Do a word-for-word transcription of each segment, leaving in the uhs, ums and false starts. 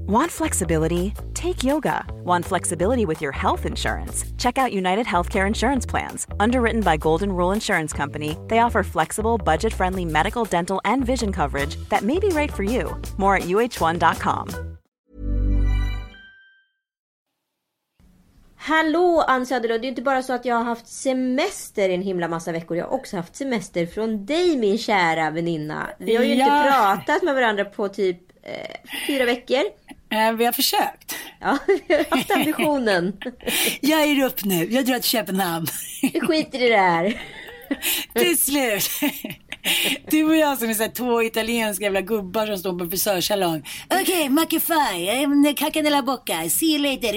Want flexibility? Take yoga. Want flexibility with your health insurance? Check out United Healthcare Insurance Plans. Underwritten by Golden Rule Insurance Company, they offer flexible, budget-friendly medical, dental, and vision coverage that may be right for you. More at U H one dot com. Hallå Ann Söderlund, det är inte bara så att jag har haft semester en himla massa veckor. Jag har också haft semester från dig, min kära väninna. Vi har ju ja. inte pratat med varandra på typ eh, fyra veckor. Eh, vi har försökt. Ja, vi har haft ambitionen. Jag är upp nu, jag drar till Köpenhamn. Vi skiter i det här. Till slut. Du och jag som är så här, två italienska jävla gubbar som står på frisörsalong. Okej, okay, Macafai, Cacanella Bocca, see you later.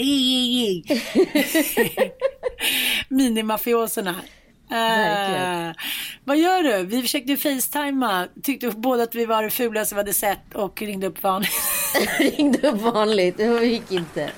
Minimafioserna. Uh, vad gör du? Vi försökte ju facetima. Tyckte båda att vi var det fulaste vi hade sett och ringde upp vanligt. Ringde upp vanligt, det gick inte.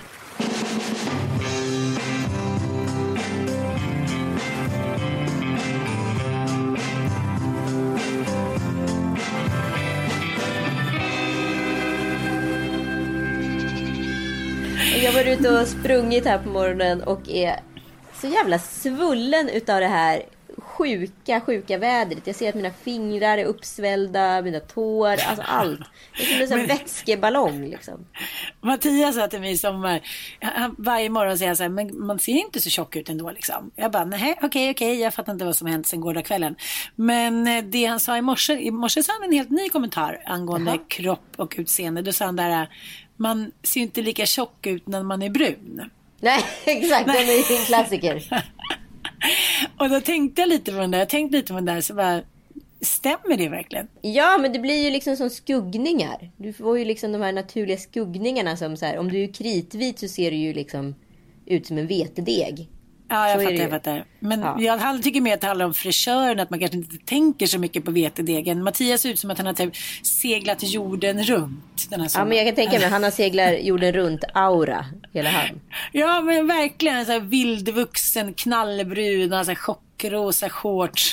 Jag var ute och sprungit här på morgonen och är så jävla svullen utav det här sjuka, sjuka vädret. Jag ser att mina fingrar är uppsvällda, mina tår, alltså allt. Det är som en sån men... vätskeballong liksom. Mattias sa till mig i sommar, han, varje morgon säger han så här, men man ser inte så tjock ut ändå liksom. Jag bara, nej, okej, okay, okej, okay, jag fattar inte vad som hänt sen gårdag kvällen. Men det han sa i morse, i morse sa han en helt ny kommentar angående Aha. kropp och utseende. Då sa han där, man ser inte lika tjock ut när man är brun. Nej, exakt, det är en klassiker. Och då tänkte jag lite på den där, jag tänkte lite på den där, så bara, stämmer det verkligen? Ja, men det blir ju liksom som skuggningar. Du får ju liksom de här naturliga skuggningarna som så här, om du är kritvit så ser du ju liksom ut som en vetedeg. Ja, jag så fattar, jag fattar. Men ja. jag tycker mer att det handlar om fräschören, att man kanske inte tänker så mycket på vetedegen. Mattias ser ut som att han har typ seglat jorden runt. Den här ja, men jag kan tänka mig att han har seglat jorden runt aura, hela han. Ja, men verkligen så här vildvuxen, knallbrun, alltså chockrosa shorts.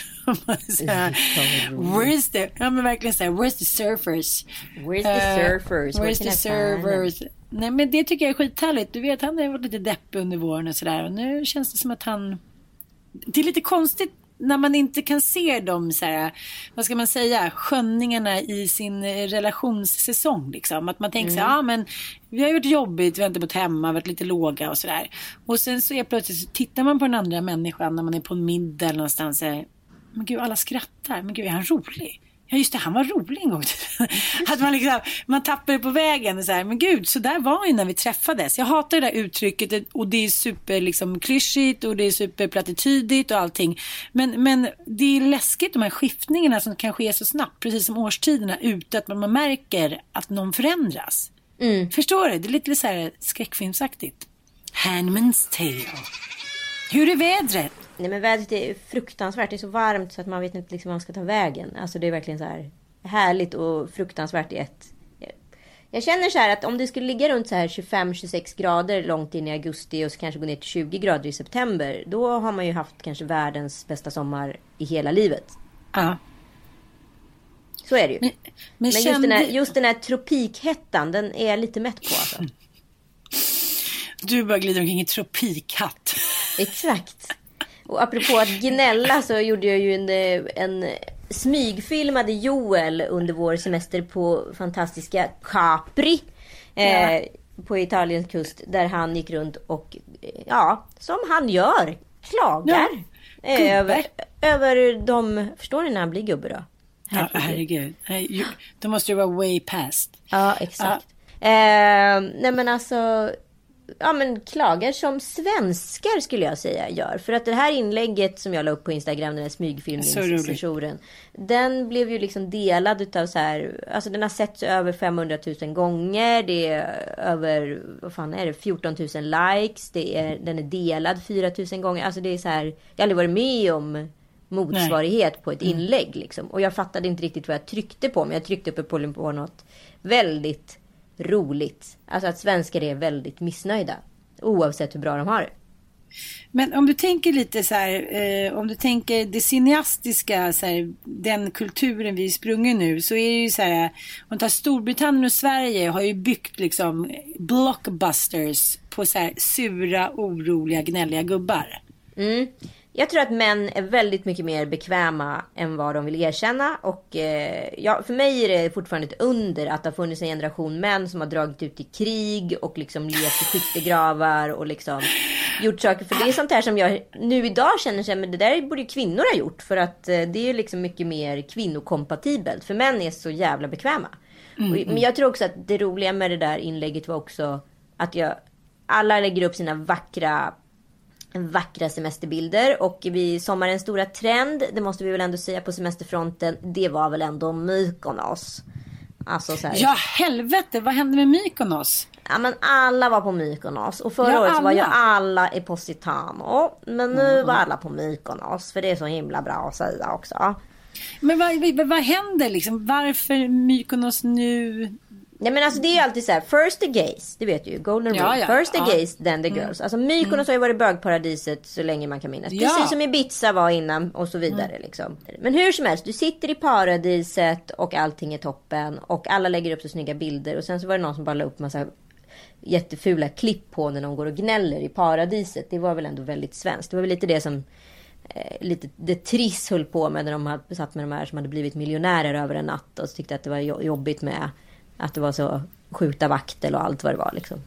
Where's the, ja men verkligen så här, where's the surfers? Where's the surfers? Uh, where's the servers? Nej, men det tycker jag är skithärligt. Du vet, han har varit lite deppig under våren och sådär. Och nu känns det som att han... Det är lite konstigt när man inte kan se dem så här, vad ska man säga, skönningarna i sin relationssäsong liksom. Att man tänker mm. så här, ja men vi har gjort jobbigt, vi har inte bott hemma, varit lite låga och sådär. Och sen så är plötsligt så tittar man på den andra människan när man är på en middag eller någonstans och säger, men gud, alla skrattar, men gud, är han rolig? Ja just det, han var rolig en gång. Att man liksom, man tappar det på vägen och så här, men gud, så där var ju när vi träffades. Jag hatar det där uttrycket och det är super liksom klyschigt och det är super plattitydigt och allting. Men, men det är läskigt de här skiftningarna som kan ske så snabbt, precis som årstiderna, ute att man märker att någon förändras. Mm. Förstår du? Det är lite så här skräckfilmsaktigt. Handmaid's Tale. Hur är vädret? Nej, men vädret är fruktansvärt. Det är så varmt så att man vet inte liksom vad man ska ta vägen. Alltså det är verkligen så här härligt och fruktansvärt i ett. Jag känner så här att om det skulle ligga runt så här tjugofem till tjugosex grader långt in i augusti och så kanske gå ner till tjugo grader i september, då har man ju haft kanske världens bästa sommar i hela livet. Ja. Så är det ju. Men, men, men just, kände... den här, just den här tropikhettan, den är jag lite mätt på alltså. Du bara glider omkring i tropikhatt. Exakt. Och apropå att gnälla så gjorde jag ju en, en smygfilmade Joel under vår semester på fantastiska Capri eh, ja. på Italiens kust, där han gick runt och ja, som han gör, klagar ja. över, över de, förstår ni när han blir gubbe då? Herregud. Ja, herregud. Då måste det vara way past. Ja, exakt. Ja. Eh, nej men alltså ja, men klagar som svenskar skulle jag säga gör. För att det här inlägget som jag la upp på Instagram, den här smygfilmningssessionen, den blev ju liksom delad utav så här, alltså den har setts över femhundratusen gånger, det är över, vad fan är det, fjorton tusen likes, det är, den är delad fyra tusen gånger, alltså det är så här, jag har aldrig varit med om motsvarighet Nej. på ett inlägg liksom. Och jag fattade inte riktigt vad jag tryckte på, men jag tryckte uppe på, på något väldigt roligt. Alltså att svenskar är väldigt missnöjda oavsett hur bra de har det. Men om du tänker lite så här, eh, om du tänker det cineastiska, så här, den kulturen vi är sprungen nu, så är det ju så här, om man tar Storbritannien och Sverige har ju byggt liksom blockbusters på så här sura, oroliga, gnälliga gubbar. Mm. Jag tror att män är väldigt mycket mer bekväma än vad de vill erkänna. Och eh, ja, för mig är det fortfarande ett under att det har funnits en generation män som har dragit ut i krig och liksom levt i skyttegravar och liksom gjort saker. För det är sånt här som jag nu idag känner sig, men det där borde ju kvinnor ha gjort. För att eh, det är liksom mycket mer kvinnokompatibelt. För män är så jävla bekväma. Mm, och, men jag tror också att det roliga med det där inlägget var också att jag, alla lägger upp sina vackra vackra semesterbilder, och vid sommarens stora trend, det måste vi väl ändå säga på semesterfronten, det var väl ändå Mykonos. Alltså så här. Ja, helvete, vad hände med Mykonos? Ja, men alla var på Mykonos, och förra ja, året så var ju alla. alla i Positano, men nu mm. var alla på Mykonos, för det är så himla bra att säga också. Men vad, vad, vad händer liksom? Varför Mykonos nu? Nej, men alltså det är ju alltid så här, first the gays, det vet du ju, golden ja, rule, ja, first the ja. gays, then the girls. Alltså Mykonos mm. har ju varit bögparadiset så länge man kan minnas. Ja. Precis som Ibiza var innan och så vidare mm. liksom. Men hur som helst, du sitter i paradiset och allting är toppen och alla lägger upp så snygga bilder, och sen så var det någon som bara la upp massa jättefula klipp på när de går och gnäller i paradiset. Det var väl ändå väldigt svenskt. Det var väl lite det som eh, lite det Triss höll på med när de hade satt med de här som hade blivit miljonärer över en natt och tyckte att det var jobbigt med att det var så skjuta vaktel och allt vad det var liksom.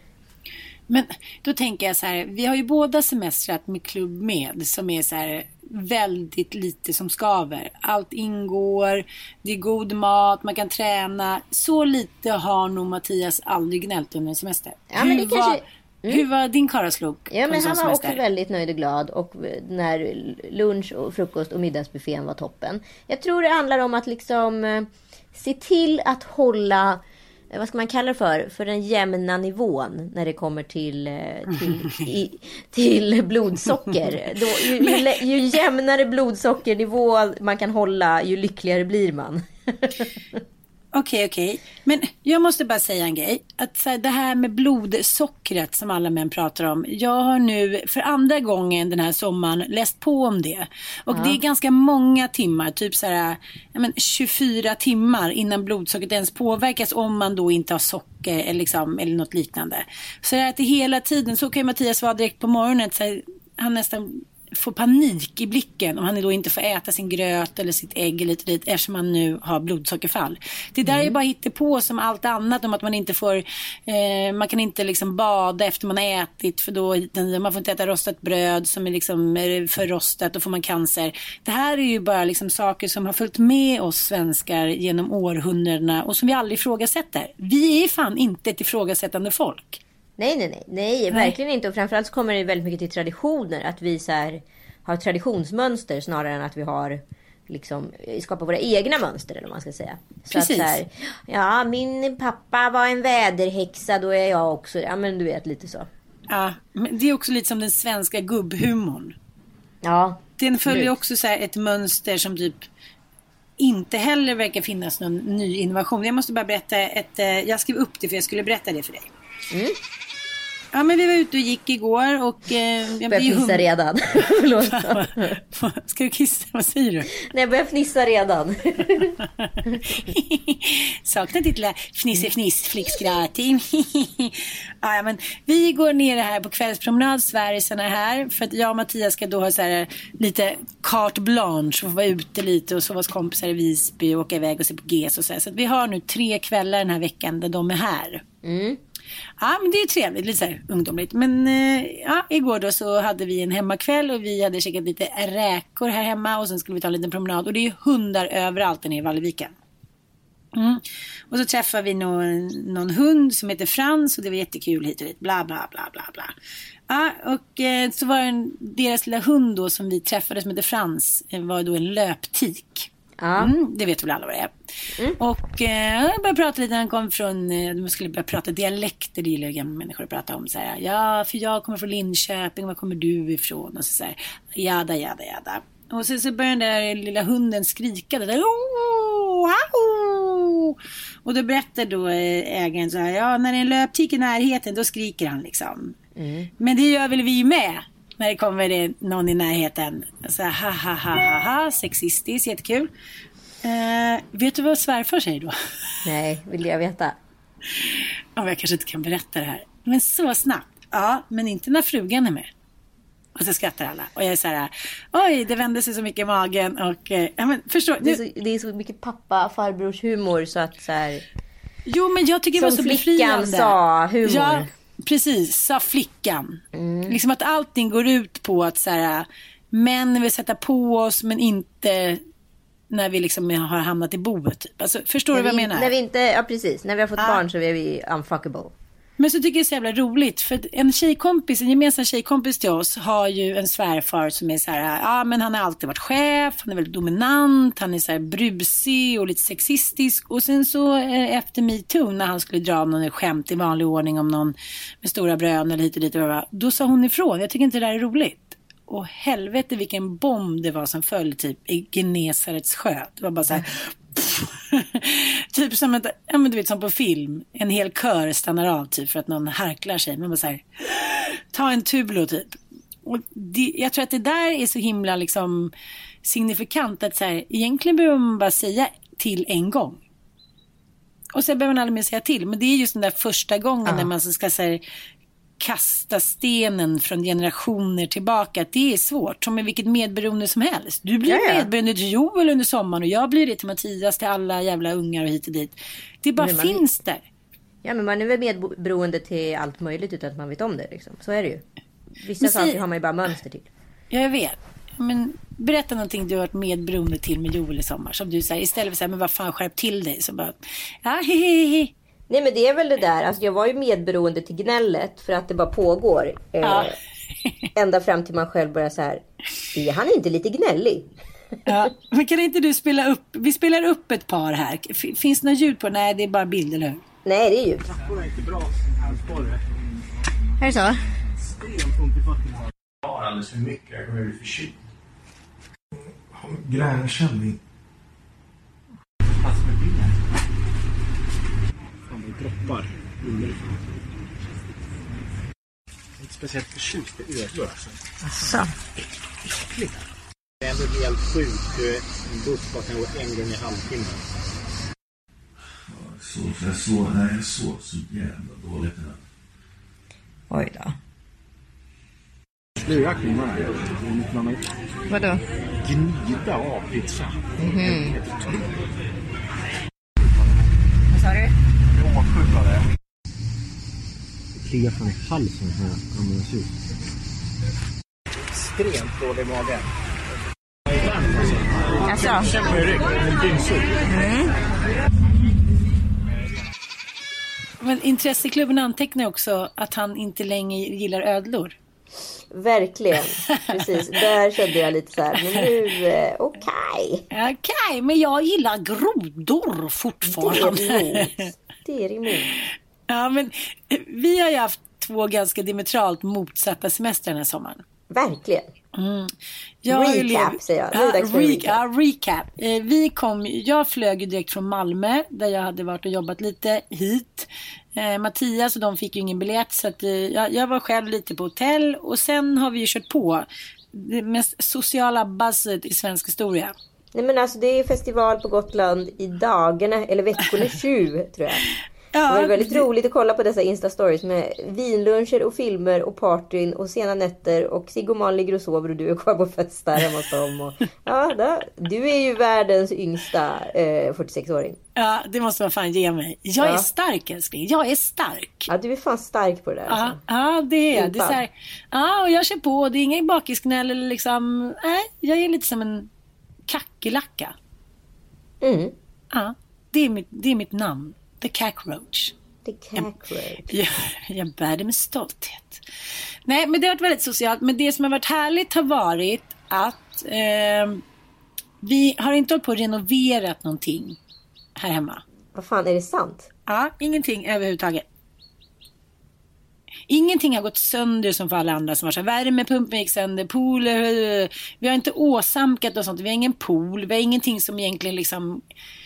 Men då tänker jag så här, vi har ju båda semestrat med Club Med som är så här väldigt lite som skaver. Allt ingår, det är god mat, man kan träna. Så lite har nog Mattias aldrig gnällt under en semester. Ja, men det hur, kanske... var, mm. hur var din karaslok? Ja, men han var semester? Också väldigt nöjd och glad, och när lunch och frukost och middagsbuffén var toppen. Jag tror det handlar om att liksom se till att hålla, vad ska man kalla det för, för den jämna nivån när det kommer till, till, i, till blodsocker. Då, ju, ju, ju jämnare blodsockernivå man kan hålla, ju lyckligare blir man. Okej, okay, okej. Okay. Men jag måste bara säga en grej. Att så här, det här med blodsockret som alla män pratar om. Jag har nu för andra gången den här sommaren läst på om det. Och ja. Det är ganska många timmar. Typ så här, ja, men tjugofyra timmar innan blodsockret ens påverkas. Om man då inte har socker eller, liksom, eller något liknande. Så det är att det hela tiden, så kan ju Mattias vara direkt på morgonen. Så här, han nästan får panik i blicken om han då inte får äta sin gröt eller sitt ägg eller lite dit, eftersom man nu har blodsockerfall. Det där mm. är bara hittepå som allt annat om att man inte får eh, man kan inte liksom bada efter man har ätit, för då man får inte äta rostat bröd som är liksom för rostat, då får man cancer. Det här är ju bara liksom saker som har följt med oss svenskar genom århundradena och som vi aldrig ifrågasätter. Vi är fan inte ett ifrågasättande folk. Nej, nej, nej, nej, verkligen inte. Och framförallt så kommer det väldigt mycket till traditioner. Att vi så här, har traditionsmönster snarare än att vi har liksom, skapar våra egna mönster, eller vad man ska säga. Så precis. Att så här, ja, min pappa var en väderhäxa, då är jag också. Ja, men du vet, lite så. Ja, men det är också lite som den svenska gubbhumorn. Ja. Den följer också så här ett mönster som typ inte heller verkar finnas någon ny innovation. Jag måste bara berätta ett, jag skrev upp det för jag skulle berätta det för dig. Mm. Ja, men vi var ute och gick igår och eh, jag börjar fnissa hund... redan. Ska du kissa? Vad säger du? Nej, jag börjar fnissa redan. Saknar ditt lilla fnisse fniss flickskrating. Ja, men vi går ner här på kvällspromenad, Sverigesarna här, för att jag och Mattias ska då ha så här lite carte blanche och vara ute lite och sova hos kompisar i Visby och åka iväg och se på G S och så här. Så att vi har nu tre kvällar den här veckan där de är här. Mm. Ja, men det är trevligt, lite så här ungdomligt. Men ja, igår då så hade vi en hemmakväll och vi hade käkat lite räkor här hemma och sen skulle vi ta en liten promenad. Och det är hundar överallt i Valleviken. Mm. Och så träffade vi någon, någon hund som heter Frans och det var jättekul hit och dit. Bla bla bla bla bla. Ja, och eh, så var det en, deras lilla hund då som vi träffade som heter Frans var då en löptik. Ja. Mm, det vet väl alla vad det är. Mm. Och eh, jag började prata lite när han kom från, eh, man skulle börja prata dialekter, det gillar ju gamla människor att prata om så här. Ja, för jag kommer från Linköping, var kommer du ifrån? Och så, så här, jada, jada, jada. Och sen så började den där lilla hunden skrika det där. Oh, oh. Och då berättade då ägaren så här, ja, när det är en löptik i närheten då skriker han liksom. Mm. Men det gör väl vi med? när det kommer det någon i närheten. Så ha ha ha ha ha, sexistiskt, jättekul. Uh, vet du vad svärfar säger då? Nej, vill jag veta. Ja, jag kanske inte kan berätta det här. Men så snabbt. Ja, men inte när frugan är med. Och så skrattar alla. Och jag är så här, oj, det vände sig så mycket i magen. Och, eh, ja, men förstår det är, så, det är så mycket pappa, farbrors humor så att så här. Jo, men jag tycker det var så befriande. Som flickan sa, humor. Ja, precis, sa flickan. Mm. Liksom att allting går ut på att så här, män vill sätta på oss, men inte när vi liksom har hamnat i boet. Typ. Alltså, förstår när du vad vi, jag menar? När vi inte, ja, precis. När vi har fått ah. barn så är vi unfuckable. Men så tycker jag det är så jävla roligt. För en tjejkompis, en gemensam tjejkompis till oss har ju en svärfar som är så här, ja men han har alltid varit chef, han är väldigt dominant, han är så här brusig och lite sexistisk. Och sen så eh, efter MeToo när han skulle dra någon skämt i vanlig ordning om någon med stora brön eller hit och dit och bara, då sa hon ifrån, jag tycker inte det där är roligt. Och helvete vilken bomb det var som föll typ i Genesarets sjö. Det var bara så här typ som, ett, ja, men du vet, som på film. En hel kör stannar av typ för att någon harklar sig. Man bara så här, ta en tubulo typ. Och det, jag tror att det där är så himla liksom signifikant att så här, egentligen behöver man bara säga till en gång. Och sen behöver man aldrig mer säga till. Men det är just den där första gången ja. När man ska säga kasta stenen från generationer tillbaka. Det är svårt, som med vilket medberoende som helst. Du blir ja, ja. medberoende till Joel under sommaren och jag blir det till Mattias, till alla jävla ungar och hit och dit. Det bara man, finns där. Ja, men man är väl medberoende till allt möjligt utan att man vet om det liksom. Så är det ju. Vissa men saker si- har man ju bara mönster till. Ja, jag vet. Men berätta någonting du har varit medberoende till med Joel i sommar. Som du säger, istället för att säga, men vad fan, skärp till dig. Så bara, ja, hehehe. Nej, men det är väl det där. Alltså, jag var ju medberoende till gnället för att det bara pågår. Eh, ja. Ända fram till man själv börjar så här. Är han inte lite gnällig? Ja, men kan inte du spela upp? Vi spelar upp ett par här. Finns det något ljud på? Nej, det är bara bild, eller hur? Nej, det är ljud. Trapporna är inte bra. Är det så? Extremt ont i fötterna. Jag har alldeles för mycket. Jag kommer bli förkyld. Gränskänning. Pass med bilen. Droppar underifrån. Inte speciellt förtjust i ödlor alltså. Asså. Äckligt. Det är ändå helt sjukt. En buss bara kan gå en gång i halvtimmen. Så, jag så, nej, jag sov så jävla dåligt nu. Oj då. Flera kvinnor. Vadå? Gnida av pizza. Mhm. Vad sa du? Det kliar fan i halsen när jag använder ut. Extremt dålig mage. Alltså. Känner mig i ryggen. En dyngsug. Mm. Men intresseklubben antecknar också att han inte längre gillar ödlor. Verkligen, precis. Där kände jag lite så här. Men nu, eh, okej. Okay. Okej, okay, men jag gillar grodor fortfarande. Däremot. Däremot. Ja, men vi har ju haft två ganska diametralt motsatta semestrar den här sommaren. Verkligen. Mm. Jag recap, lev... säger jag. Ja, re- recap. Ja, recap. Eh, vi kom, jag flög ju direkt från Malmö där jag hade varit och jobbat lite hit. Eh, Mattias och de fick ju ingen biljett så att, eh, jag, jag var själv lite på hotell och sen har vi ju kört på det mest sociala buzzet i svensk historia. Nej, men alltså det är festival på Gotland i dagarna eller veckorna tjugo tror jag. Ja, det var väldigt det... roligt att kolla på dessa Insta-stories med vinluncher och filmer och partyn och sena nätter och Sigge och Man ligger och sover och du är kvar på festar hemma hos dem. Och, ja, då, du är ju världens yngsta eh, fyrtiosex-åring. Ja, det måste man fan ge mig. Jag ja. är stark, älskling. Jag är stark. Ja, du är fan stark på det där. Ja, alltså. Ja det är jag. Det är så här, ja, och jag kör på. Det är ingen bakisknäll eller liksom... Nej, jag är lite som en kackerlacka. Mm. Ja, det är mitt, det är mitt namn. The Cockroach. The Cockroach. Jag, jag, jag bär det med stolthet. Nej, men det har varit väldigt socialt. Men det som har varit härligt har varit att eh, vi har inte hållit på att renoverat någonting här hemma. Vad fan, är det sant? Ja, ingenting överhuvudtaget. Ingenting har gått sönder som för alla andra som var så här, värmepumpen gick sönder, pool, vi har inte åsamkat och sånt, vi har ingen pool, vi har ingenting som egentligen liksom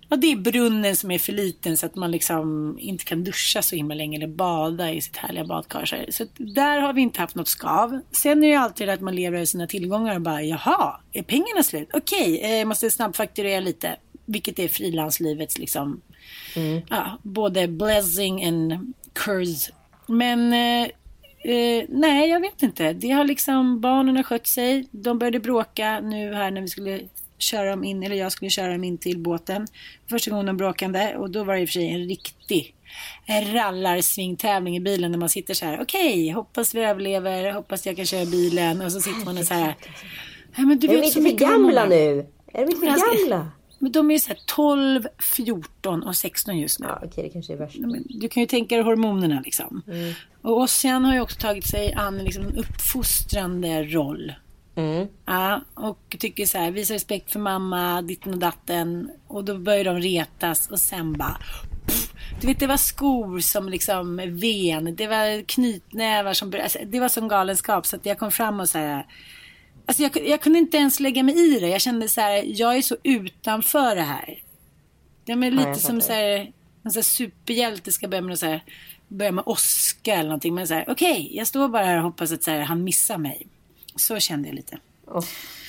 Ja, det är brunnen som är för liten så att man liksom inte kan duscha så himla länge eller bada i sitt härliga badkar. Så där har vi inte haft något skav. Sen är det ju alltid att man lever över sina tillgångar och bara, jaha, är pengarna slut? Okej, okay, jag måste snabbfakturera lite. Vilket är frilanslivets liksom, mm. ja, både blessing and curse. Men eh, eh, nej, jag vet inte. Det har liksom, barnen har skött sig. De började bråka nu här när vi skulle köra dem in, eller jag skulle köra dem in till båten. Första gången de bråkade, och då var det i och för sig en riktig rallarsvingtävling i bilen när man sitter så här, okej, okay, hoppas vi överlever, hoppas jag kan köra bilen, och så sitter man och så här, ja, men du vet så mycket gamla nu. Är de inte för gamla? Men de är så här tolv, fjorton och sexton just nu. Ja, okej, det kanske är värst. Du kan ju tänka dig hormonerna liksom. Mm. Och Ossian har ju också tagit sig an liksom en uppfostrande roll. Mm. Ja, och tycker så här, visa respekt för mamma, ditten och datten. Och då börjar de retas och sen bara pff, du vet, det var skor som liksom ven, det var knytnävar som, alltså, det var som galenskap. Så att jag kom fram och så här, alltså jag, jag kunde inte ens lägga mig i det. Jag kände så här, jag är så utanför det här. Ja, men lite ja, som så här, en så här superhjälte ska börja med så här, börja med Oscar eller någonting. Men så här, okej, okay, jag står bara här och hoppas att så här, han missar mig. Så kände jag lite. Oh.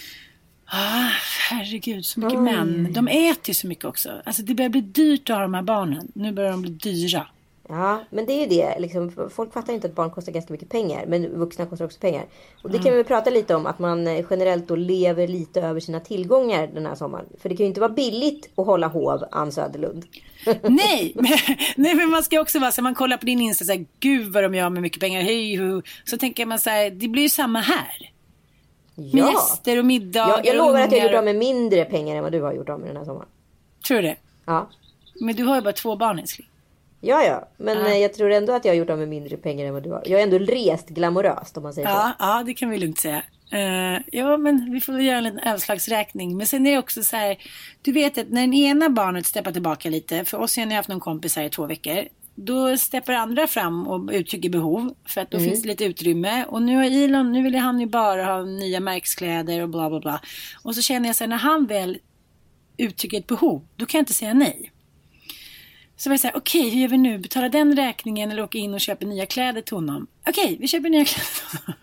Ah, herregud, så mycket oh. män. De äter ju så mycket också. Alltså det börjar bli dyrt att ha de här barnen. Nu börjar de bli dyra. Ja, men det är ju det. Liksom, folk fattar inte att barn kostar ganska mycket pengar. Men vuxna kostar också pengar. Och det mm. kan vi prata lite om. Att man generellt då lever lite över sina tillgångar den här sommaren. För det kan ju inte vara billigt att hålla hov, Ann Söderlund. Nej, men, nej, men man ska också vara så. Man kollar på din Insta och säger, gud vad de gör med mycket pengar. Hej, hu. Så tänker man så här, det blir ju samma här. Med ja. gäster och middagar. Ja, jag lovar att jag har gjort av med mindre pengar än vad du har gjort av med den här sommaren. Tror du det? Ja. Men du har ju bara två barn, älskling. Ja, ja. Men ja. jag tror ändå att jag har gjort av med mindre pengar än vad du har. Jag har ändå rest glamoröst, om man säger ja, så. Ja, det kan vi lugnt säga. Uh, ja, men vi får väl göra en liten överslagsräkning. Men sen är det också så här, du vet att när den ena barnet steppar tillbaka lite, för oss har jag haft någon kompis här i två veckor, då steppar andra fram och uttrycker behov, för att då mm. finns det lite utrymme. Och nu har Elon, nu vill han ju bara ha nya märkeskläder och bla bla bla. Och så känner jag så här, när han väl uttrycker ett behov, då kan jag inte säga nej. Så var jag så här, okej, okay, hur gör vi nu? Betala den räkningen eller åka in och köpa nya kläder till honom? Okej, okay, vi köper nya kläder till honom.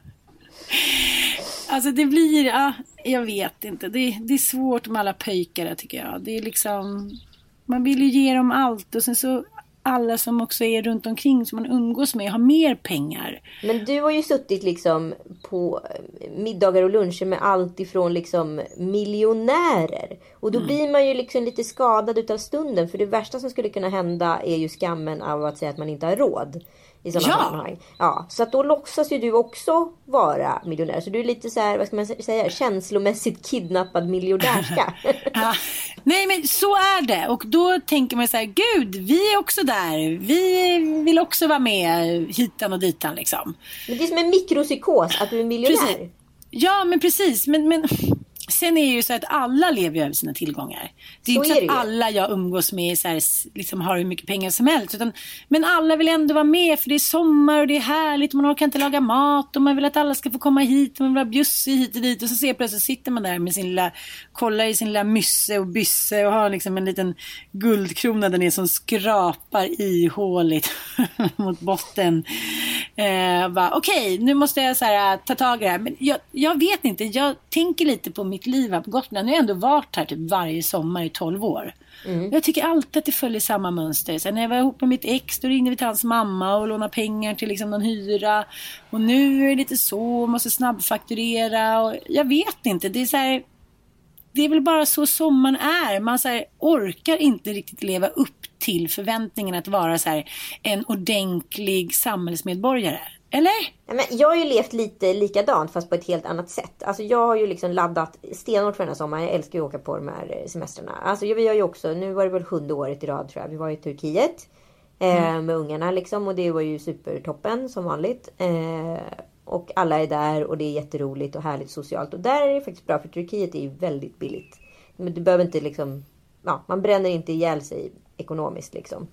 Alltså det blir, ja, jag vet inte. Det, det är svårt med alla pöjkare, tycker jag. Det är liksom, man vill ju ge dem allt. Och sen så alla som också är runt omkring som man umgås med har mer pengar. Men du har ju suttit liksom på middagar och luncher med allt ifrån liksom miljonärer. Och då mm. blir man ju liksom lite skadad utav stunden. För det värsta som skulle kunna hända är ju skammen av att säga att man inte har råd. I sådana ja. sammanhang. Ja, så att då låtsas ju du också vara miljonär. Så du är lite så här, vad ska man säga, känslomässigt kidnappad miljardärska. Ja. Nej, men så är det. Och då tänker man så här, gud, vi är också där. Vi vill också vara med hitan och ditan liksom. Men det är som en mikropsykos att du är miljonär. Precis. Ja, men precis. Men... men... Sen är det ju så att alla lever över sina tillgångar. Det är så inte så att alla jag umgås med så här, liksom har hur mycket pengar som helst. Utan, men alla vill ändå vara med, för det är sommar och det är härligt. Och man orkar inte laga mat och man vill att alla ska få komma hit. Och man vill ha bjussig hit och dit. Och så ser plötsligt sitter man där med sin lilla, kollar i sin lilla mysse och bysse. Och har liksom en liten guldkrona där nere som skrapar ihåligt mot botten. Eh, Okej, okay, nu måste jag så här, ta tag i det här. Men jag, jag vet inte, jag tänker lite på mitt liv här på Gotland. Jag har ändå varit här typ varje sommar i tolv år. Mm. Jag tycker alltid att det följer samma mönster. Sen när jag var ihop med mitt ex, då ringde vi till hans mamma och lånade pengar till liksom någon hyra. Och nu är det lite så, måste snabbfakturera. Och jag vet inte, det är så här, det är väl bara så sommaren är. Man så här, orkar inte riktigt leva upp till förväntningen att vara så här, en ordentlig samhällsmedborgare. Eller? Ja, men jag har ju levt lite likadant fast på ett helt annat sätt. Alltså jag har ju liksom laddat stenhårt för den här sommaren. Jag älskar ju att åka på de här semestrarna. Alltså vi har ju också, nu var det väl sjunde året i rad tror jag. Vi var i Turkiet eh, mm. med ungarna liksom. Och det var ju supertoppen som vanligt. Eh, och alla är där och det är jätteroligt och härligt socialt. Och där är det faktiskt bra, för Turkiet är ju väldigt billigt. Men du behöver inte liksom, ja, man bränner inte ihjäl sig ekonomiskt liksom.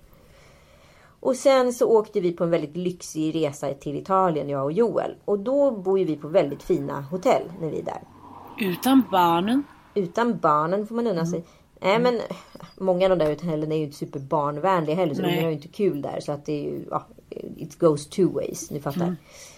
Och sen så åkte vi på en väldigt lyxig resa till Italien, jag och Joel. Och då bor ju vi på väldigt fina hotell när vi är där. Utan barnen? Utan barnen får man unna sig. Nej, men många av de där hotellen är ju inte superbarnvänliga heller. Så de har ju inte kul där. Så att det är ju, ja, it goes two ways, ni fattar.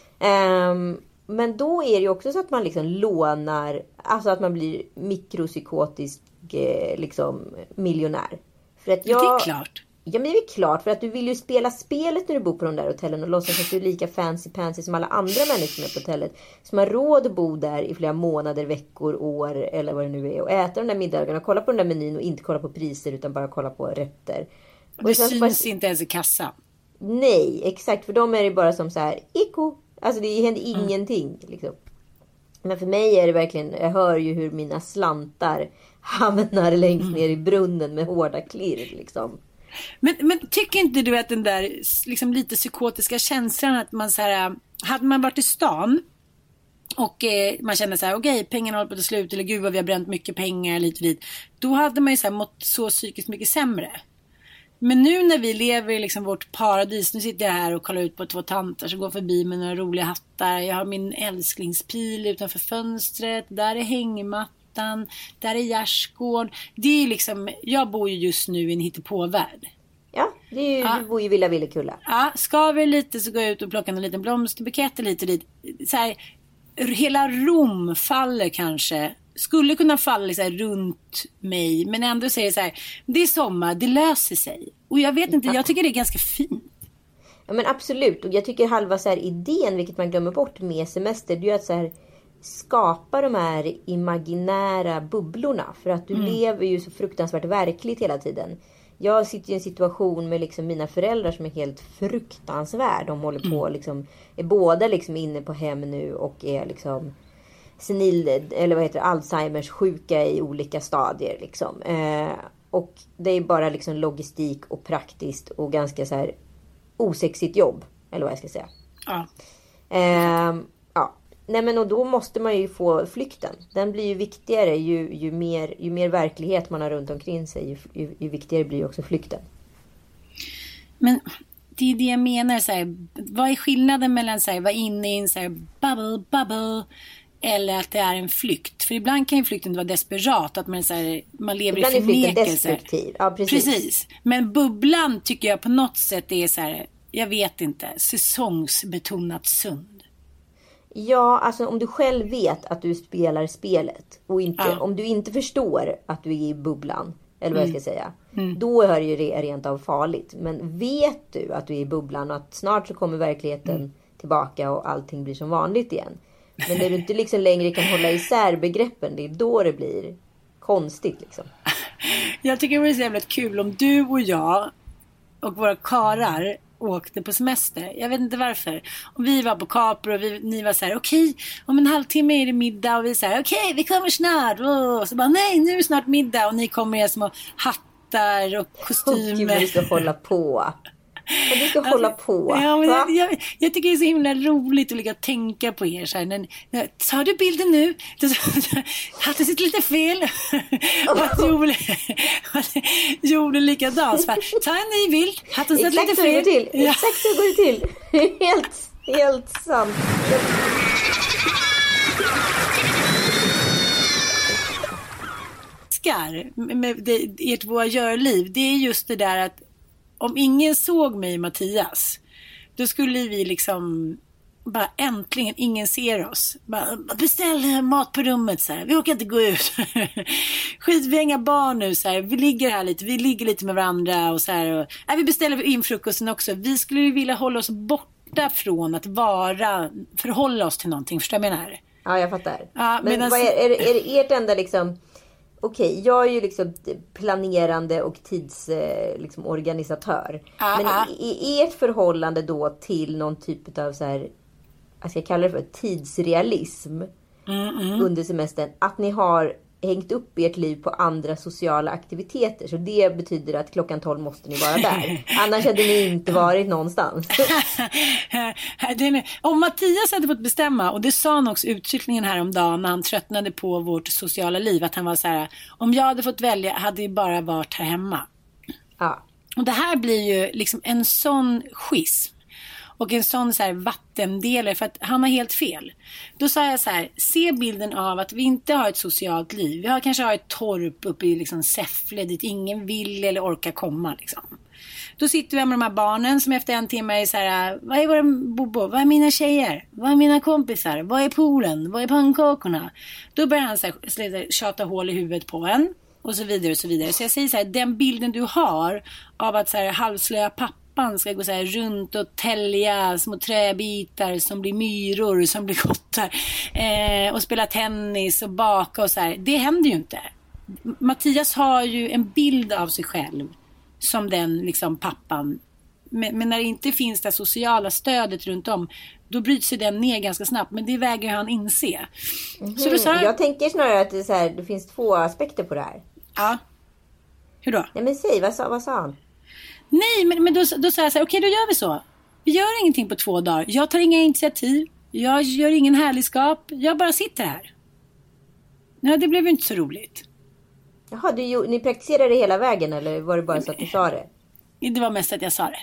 Mm. Um, men då är det ju också så att man liksom lånar, alltså att man blir mikropsykotisk eh, liksom miljonär. För att jag, det är klart. Ja, men det är klart, för att du vill ju spela spelet när du bor på de där hotellen och låtsas att du är lika fancy pansy som alla andra människor som är på hotellet, som har råd att bo där i flera månader, veckor, år eller vad det nu är, och äta de där middagarna och kolla på den där menyn och inte kolla på priser utan bara kolla på rätter. Och det syns bara... inte ens i kassan. Nej, exakt, för de är det bara som så här, eko. Alltså det händer mm. ingenting liksom. Men för mig är det verkligen, jag hör ju hur mina slantar hamnar längst mm. ner i brunnen med hårda klirr liksom. Men, men tycker inte du att den där liksom lite psykotiska känslan att man så här, hade man varit i stan och eh, man kände så här, okej, okay, pengarna håller på att ta slut, eller gud vad vi har bränt mycket pengar lite och dit, då hade man ju så här mått så psykiskt mycket sämre. Men nu när vi lever i liksom vårt paradis, nu sitter jag här och kollar ut på två tanter som går förbi med några roliga hattar, jag har min älsklingspil utanför fönstret, där är hängmattan, där är gärdsgård. Det är liksom, jag bor ju just nu i en hittepåvärld. Ja, det är ju, ja. Du bor ju i Villa Villekulla. Ja, ska vi lite så går jag ut och plockar en liten blomsterbukett lite dit. Så här, hela Rom faller kanske. Skulle kunna falla liksom runt mig, men ändå säger så här, det är sommar, det löser sig. Och jag vet inte, jag tycker det är ganska fint. Ja, men absolut. Och jag tycker halva så här idén, vilket man glömmer bort med semester, det är att så här skapa de här imaginära bubblorna. För att du mm. lever ju så fruktansvärt verkligt hela tiden. Jag sitter i en situation med liksom mina föräldrar som är helt fruktansvärd. De håller på mm. liksom, är båda liksom inne på hem nu och är liksom senil, eller vad heter det, Alzheimers sjuka i olika stadier liksom. Eh, och det är bara liksom logistik och praktiskt och ganska så här osexigt jobb, eller vad jag ska säga. Ja. Eh, ja. Nej, men och då måste man ju få flykten. Den blir ju viktigare ju, ju, mer, ju mer verklighet man har runt omkring sig, ju, ju, ju viktigare blir ju också flykten. Men det är det jag menar, så här, vad är skillnaden mellan så här, vara inne i en så här bubble, bubble, eller att det är en flykt? För ibland kan ju flykten vara desperat, att man, så här, man lever ibland i förnekelse. Destruktiv. Ja, precis. precis. Men bubblan tycker jag på något sätt är så här, jag vet inte, säsongsbetonat sund. Ja, alltså om du själv vet att du spelar spelet och inte, ja. om du inte förstår att du är i bubblan, eller vad mm. jag ska säga, mm. då är det ju rent av farligt. Men vet du att du är i bubblan och att snart så kommer verkligheten mm. tillbaka och allting blir som vanligt igen. Men när du inte liksom längre kan hålla isär begreppen, det är då det blir konstigt liksom. Jag tycker det vore så jävla kul om du och jag och våra karar åkte på semester. Jag vet inte varför. Och vi var på Capri och vi, ni var så här, okej, okay, om en halvtimme är det middag, och vi så här, okej, okay, vi kommer snart. Och så bara, nej, nu är det snart middag, och ni kommer med små hattar och kostymer. Gud, vi ska hålla på. Och du ska alltså, hålla på. Ja, men jag, jag, jag tycker det är så himla roligt att ligga tänka på er så här, när, tar du bilden nu? Hatten sitter lite fel. Och att gjorde, gjorde likadant. Ta en ny bild. Hatten sitter lite fel. Exakt så går det till. Ja. Exakt så går det till. Helt, helt sant. Med det, ert våra görliv, det är just det där att om ingen såg mig, Mattias, då skulle vi liksom bara äntligen, ingen ser oss. Bara, beställ mat på rummet så här. Vi orkar inte gå ut. Skit, vi har inga barn nu så här. Vi ligger här lite, vi ligger lite med varandra och så här. Och, nej, vi beställer in frukosten också. Vi skulle ju vilja hålla oss borta från att vara, förhålla oss till någonting. Förstår du vad jag menar? Ja, jag fattar. Ja, men men vad är, är, är det ert enda liksom... Okej, okay, jag är ju liksom planerande och tidsorganisatör. Liksom ah, men ah. är ert förhållande då till någon typ av så här, jag ska kalla det för tidsrealism mm, mm. under semestern, att ni har hängt upp ert liv på andra sociala aktiviteter, så det betyder att klockan tolv måste ni vara där. Annars hade ni inte varit någonstans. Om Mattias hade fått bestämma, och det sa han också uttryckningen här om dagen när han tröttnade på vårt sociala liv, att han var så här, om jag hade fått välja hade jag bara varit här hemma. Ja. Och det här blir ju liksom en sån schism. och en sån så här vattendelare, för att han har helt fel. Då sa jag så här, se bilden av att vi inte har ett socialt liv. Vi har kanske har ett torp uppe i liksom Säffle dit ingen vill eller orkar komma liksom. Då sitter vi med de här barnen som efter en timme är så här, vad är våra bobo? Vad är mina tjejer? Vad är mina kompisar? Vad är poolen? Vad är pannkakorna? Då börjar han så här, tjata hål i huvudet på en. Och så vidare och så vidare. Så jag säger så här, den bilden du har av att så här, halvslöa pappan ska gå så här runt och tälja små träbitar som blir myror, som blir kottar. Eh, och spela tennis och baka och så här. Det händer ju inte. Mattias har ju en bild av sig själv som den liksom pappan. Men, men när det inte finns det sociala stödet runt om, då bryts sig den ner ganska snabbt. Men det väger han inse. Mm-hmm. Så då sa jag, jag tänker snarare att det, är så här, det finns två aspekter på det här. Ja. Hur då? Nej men säg, vad sa, vad sa han? Nej, men, men då, då sa jag så här, okej, då gör vi så. Vi gör ingenting på två dagar. Jag tar inga initiativ. Jag gör ingen härligskap. Jag bara sitter här. Ja, det blev ju inte så roligt. Jaha, du, ni praktiserade hela vägen eller var det bara så att du sa det? Det var mest att jag sa det.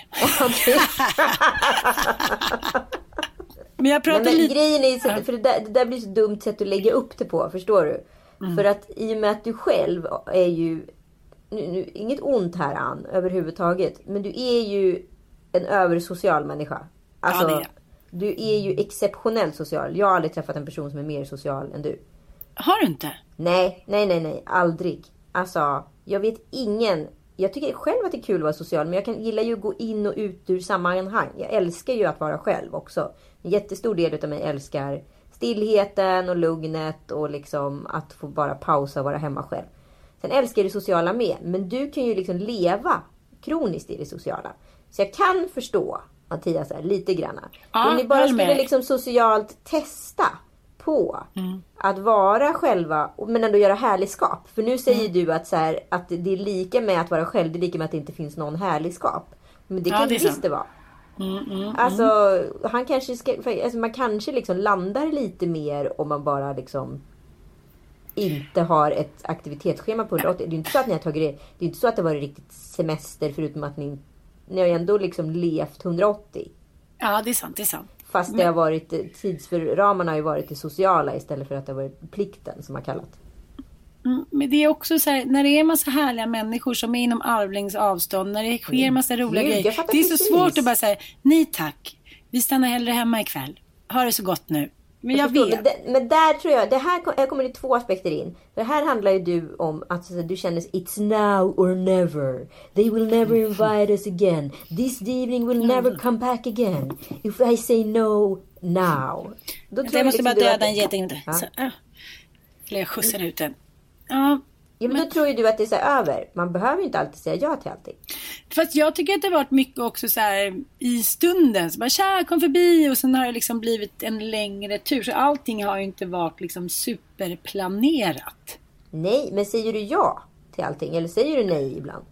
Men jag pratade Nej, men lite... grejen är så, för det där, det där blir så dumt sätt att lägga upp det på, förstår du? Mm. För att i och med att du själv är ju, nu, nu, inget ont här Ann överhuvudtaget, men du är ju en översocial människa. Alltså, ja, du är ju exceptionellt social. Jag har aldrig träffat en person som är mer social än du. Har du inte? Nej, nej, nej, nej, aldrig. Alltså, jag vet ingen... Jag tycker själv att det är kul att vara social, men jag kan gilla ju att gå in och ut ur sammanhang. Jag älskar ju att vara själv också. En jättestor del av mig älskar stillheten och lugnet och liksom att få bara pausa och vara hemma själv. Sen älskar jag det sociala med, men du kan ju liksom leva kroniskt i det sociala. Så jag kan förstå, Mattias, här, lite grann. Ja, om ni bara skulle liksom socialt testa på mm. att vara själva men ändå göra härligskap. För nu säger mm. du att, så här, att det är lika med att vara själv, det är lika med att det inte finns någon härligskap. Men det kan ja, det visst det vara. Mm, mm, alltså, mm. han kanske ska, alltså man kanske liksom landar lite mer om man bara liksom inte har ett aktivitetsschema på hundraåttio. Det är inte så att ni har tagit det, det är inte så att det var riktigt semester, förutom att ni, ni har ändå liksom levt hundraåttio. Ja, det är sant, det är sant. Fast det har varit, tidsramarna har ju varit det sociala istället för att det har varit plikten som har kallat. Mm, men det är också så här, när det är en massa härliga människor som är inom armlängds avstånd, när det sker en massa roliga mm. grejer. Det är så svårt att bara säga, nej tack, vi stannar hellre hemma ikväll. Ha det så gott nu. Men jag, jag vet. Men, det, men där tror jag, det här, här kommer det två aspekter in. För här handlar ju du om att så, du känner it's now or never. They will never invite us again. This evening will never come back again. If I say no now. Då tror jag måste liksom bara döda att, en geting. Ja. Så, äh. Jag skjutsar ut den. Ja. Ja, men, men då tror ju du att det är så över. Man behöver ju inte alltid säga ja till allting. Fast jag tycker att det har varit mycket också så här i stunden. Så bara, tja, kom förbi. Och sen har det liksom blivit en längre tur. Så allting har ju inte varit liksom superplanerat. Nej, men säger du ja till allting? Eller säger du nej ibland?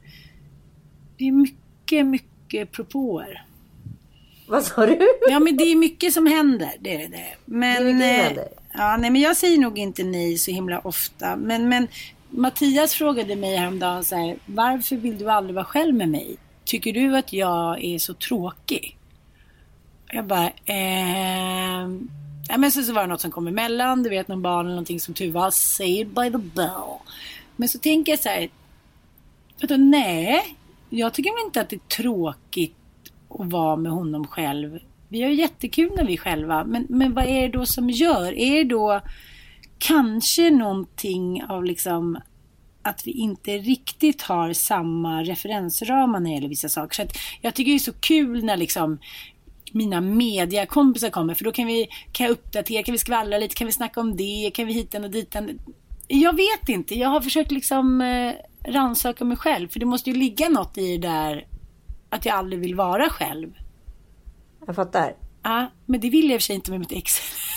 Det är mycket, mycket propåer. Vad sa du? Ja, men det är mycket som händer. Det är det. Men, det är mycket som händer. Ja, nej, men jag säger nog inte nej så himla ofta. Men... men Mattias frågade mig häromdagen så här, varför vill du aldrig vara själv med mig? Tycker du att jag är så tråkig? Jag bara, eh... ja, men så, så var det något som kom emellan. Du vet, någon barn eller någonting som tur var. Saved by the bell. Men så tänker jag så här, då, nej, jag tycker väl inte att det är tråkigt att vara med honom själv. Vi har ju jättekul när vi är själva. Men, men vad är det då som gör? Är det då kanske någonting av liksom att vi inte riktigt har samma referensramar när det gäller vissa saker. Så att jag tycker det är så kul när liksom mina mediakompisar kommer. För då kan vi kan jag uppdatera, kan vi skvallra lite, kan vi snacka om det, kan vi hitta och dit. Jag vet inte, jag har försökt liksom eh, rannsaka mig själv. För det måste ju ligga något i det där att jag aldrig vill vara själv. Jag fattar. Ja, men det vill jag i och för sig inte med mitt ex.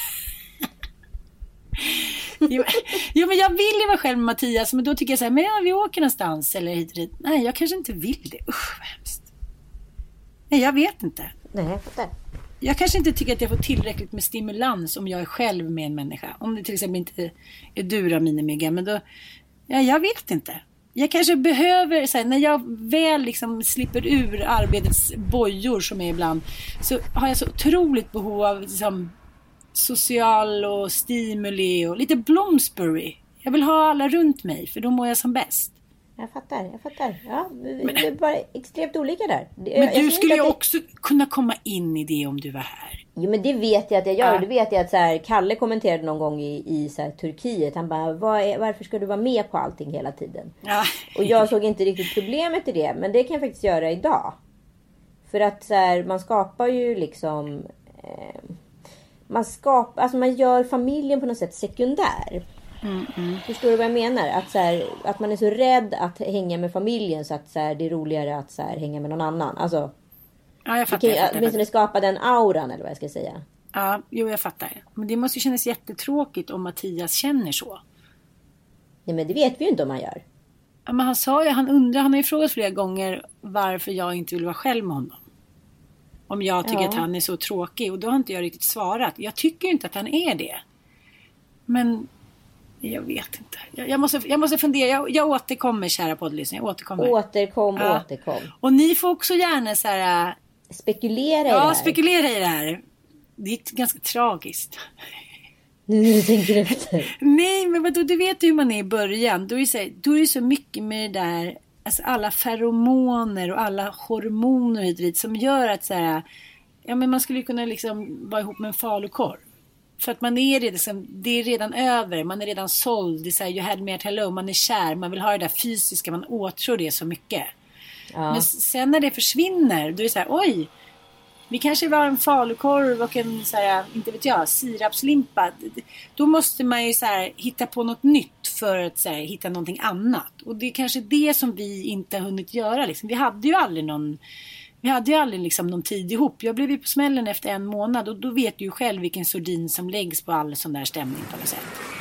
jo, jo, men jag vill ju vara själv med Mattias. Men då tycker jag så här, men ja, vi åker någonstans eller hit och dit. Nej, jag kanske inte vill det. Usch, vad hemskt. Nej, jag vet inte. Nej, jag fattar. Jag kanske inte tycker att jag får tillräckligt med stimulans om jag är själv med en människa. Om det till exempel inte är du, Minimygga. Men då, ja, jag vet inte. jag kanske behöver, så här, när jag väl liksom slipper ur arbetets bojor som är ibland, så har jag så otroligt behov av liksom, social och stimuli och lite Bloomsbury. Jag vill ha alla runt mig, för då mår jag som bäst. Jag fattar, jag fattar. Ja, vi men, är bara extremt olika där. Men jag, du skulle ju det... också kunna komma in i det om du var här. Jo, men det vet jag att jag gör. Ja. Det vet jag att så här, Kalle kommenterade någon gång i, i så här, Turkiet. Han bara, Var är, varför ska du vara med på allting hela tiden? Ja. Och jag såg inte riktigt problemet i det. Men det kan jag faktiskt göra idag. För att så här, man skapar ju liksom... Eh, man skapar, alltså man gör familjen på något sätt sekundär. Mm, mm. Förstår du vad jag menar? Att, så här, att man är så rädd att hänga med familjen så att så här, det är roligare att så här, hänga med någon annan. Alltså, ja, jag fattar. Det kan åtminstone skapa den auran, eller vad jag ska säga. Ja, jo, jag fattar. Men det måste ju kännas jättetråkigt om Mattias känner så. Nej, men det vet vi ju inte om han gör. Ja, men han sa ju, han undrar, han har ju frågat flera gånger varför jag inte vill vara själv med honom. Om jag tycker ja. att han är så tråkig. Och då har inte jag riktigt svarat. Jag tycker inte att han är det. Men... Jag vet inte. Jag, jag, måste, jag måste fundera. Jag, jag återkommer, kära poddlyssnare. Jag återkommer. Återkom, ja. återkom. Och ni får också gärna så här... Spekulera i ja, det här. Ja, spekulera i det här. Det är ganska tragiskt. Nu när du tänker efter. Nej, men vadå, du vet hur man är i början. Då är det så, då är det så mycket med det där... Alltså alla feromoner och alla hormoner hit och dit som gör att så här... Ja, men man skulle kunna liksom vara ihop med en falukorv. För att man är redan, det är redan över. Man är redan såld. Det är så här, you had me at hello. Man är kär. Man vill ha det där fysiska. Man åtrår det så mycket. Ja. Men sen när det försvinner. Då är det så här, oj. Vi kanske var en falukorv och en så här, inte vet jag, sirapslimpa. Då måste man ju så här, hitta på något nytt för att så här, hitta någonting annat. Och det är kanske det som vi inte har hunnit göra. Liksom. Vi hade ju aldrig någon... Vi hade ju aldrig liksom någon tid ihop. Jag blev ju på smällen efter en månad. Och då vet du ju själv vilken sordin som läggs på all sån där stämning på något sätt.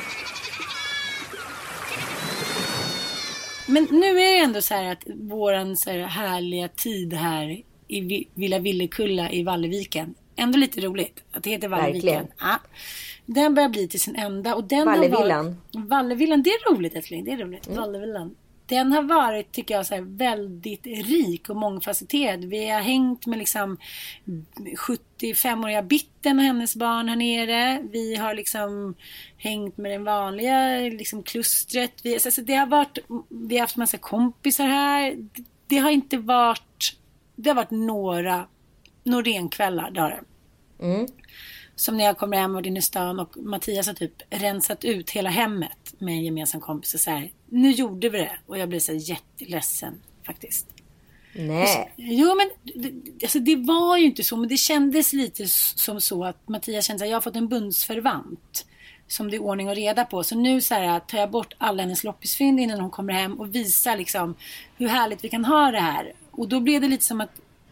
Men nu är det ändå så här att våran så här härliga tid här i Villa Villekulla i Valleviken. Ändå lite roligt att det heter Valleviken. Ja. Den börjar bli till sin ända. Och den Vallevillan. Var... Vallevillan, det är roligt älskling. Det är roligt. Mm. Vallevillan. Den har varit, tycker jag, så här, väldigt rik och mångfacetterad. Vi har hängt med liksom sjuttiofemåriga Bitten och hennes barn här nere. Vi har liksom hängt med den vanliga liksom klustret. Vi, alltså, det har varit, vi har haft massa kompisar här. Det har inte varit, det har varit några Norénkvällar, det har det. Mm. Som när jag kommer hem och varit inne i stan och Mattias har typ rensat ut hela hemmet med en gemensam kompis och så här, nu gjorde vi det. Och jag blev så jätteledsen faktiskt. Nej. Så, jo, men alltså, det var ju inte så, men det kändes lite som så att Mattias kände att jag har fått en bundsförvant som det är ordning och reda på. Så nu så här, tar jag bort alla hennes loppisfynd innan hon kommer hem och visar liksom hur härligt vi kan ha det här. Och då blev det lite som att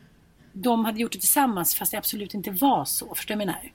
de hade gjort det tillsammans fast det absolut inte var så. Förstår du vad jag menar?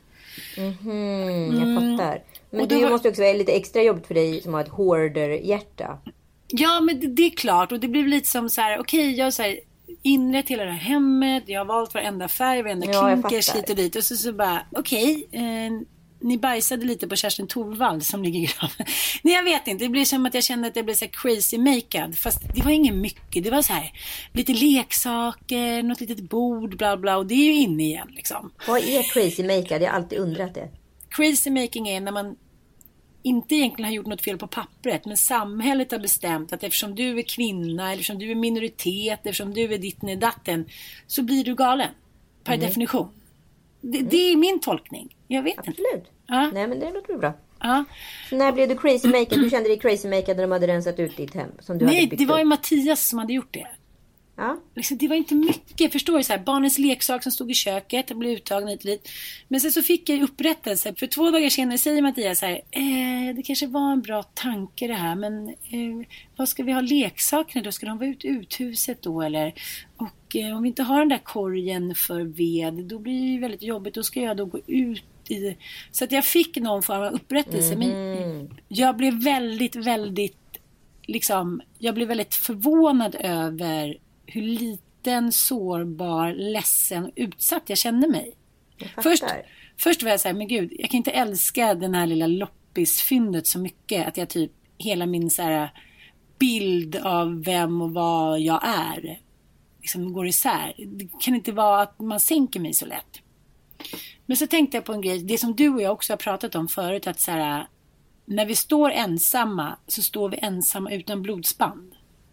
Mm-hmm, jag fattar. Men och det var... måste också vara lite extra jobbigt för dig som har ett hoarder-hjärta. Ja, men det, det är klart. Och det blev lite som så här, okej, okay, jag har så här, inrett hela det här hemmet. Jag har valt varenda färg, varenda ja, klinkers hit och dit. Och så, så bara, okej, okay, eh, ni bajsade lite på Kerstin Thorvald som ligger i graven. Nej, jag vet inte. Det blir som att jag kände att jag blev så här crazy makead. Fast det var inget mycket. Det var så här, lite leksaker, något litet bord, bla bla. Och det är ju inne igen liksom. Vad är crazy makead? Jag har alltid undrat det. Crazy making är när man inte egentligen har gjort något fel på pappret, men samhället har bestämt att eftersom du är kvinna, eller eftersom du är minoritet, eftersom du är ditten och datten, så blir du galen. Per mm. definition. Det, mm. det är min tolkning. Jag vet Absolut. inte. Absolut. Ja. Nej, men det låter bra. Ja. Så när blev du crazy maker? Du kände dig crazy maker när de hade rensat ut ditt hem? Som du Nej, hade byggt det var ju upp. Mattias som hade gjort det. Ja. Liksom, det var inte mycket, förstår du, så här, barnens leksak som stod i köket, det blev uttagen hit och dit. Men sen så fick jag upprättelse. För två dagar senare säger Mattias så här, eh, det kanske var en bra tanke det här, men eh, vad ska vi ha leksakerna då? Ska de vara ute i uthuset då eller? Och eh, om vi inte har den där korgen för ved, då blir det ju väldigt jobbigt. Då ska jag då gå ut i... Så att jag fick någon form av upprättelse. Mm. Men jag blev väldigt, väldigt liksom, jag blev väldigt förvånad över hur liten, sårbar, ledsen och utsatt jag kände mig. Jag först, först var jag så här, men gud, jag kan inte älska den här lilla loppisfyndet så mycket att jag typ hela min så här bild av vem och vad jag är liksom går isär. Det kan inte vara att man sänker mig så lätt. Men så tänkte jag på en grej, det som du och jag också har pratat om förut, att så här, när vi står ensamma så står vi ensamma utan blodsband.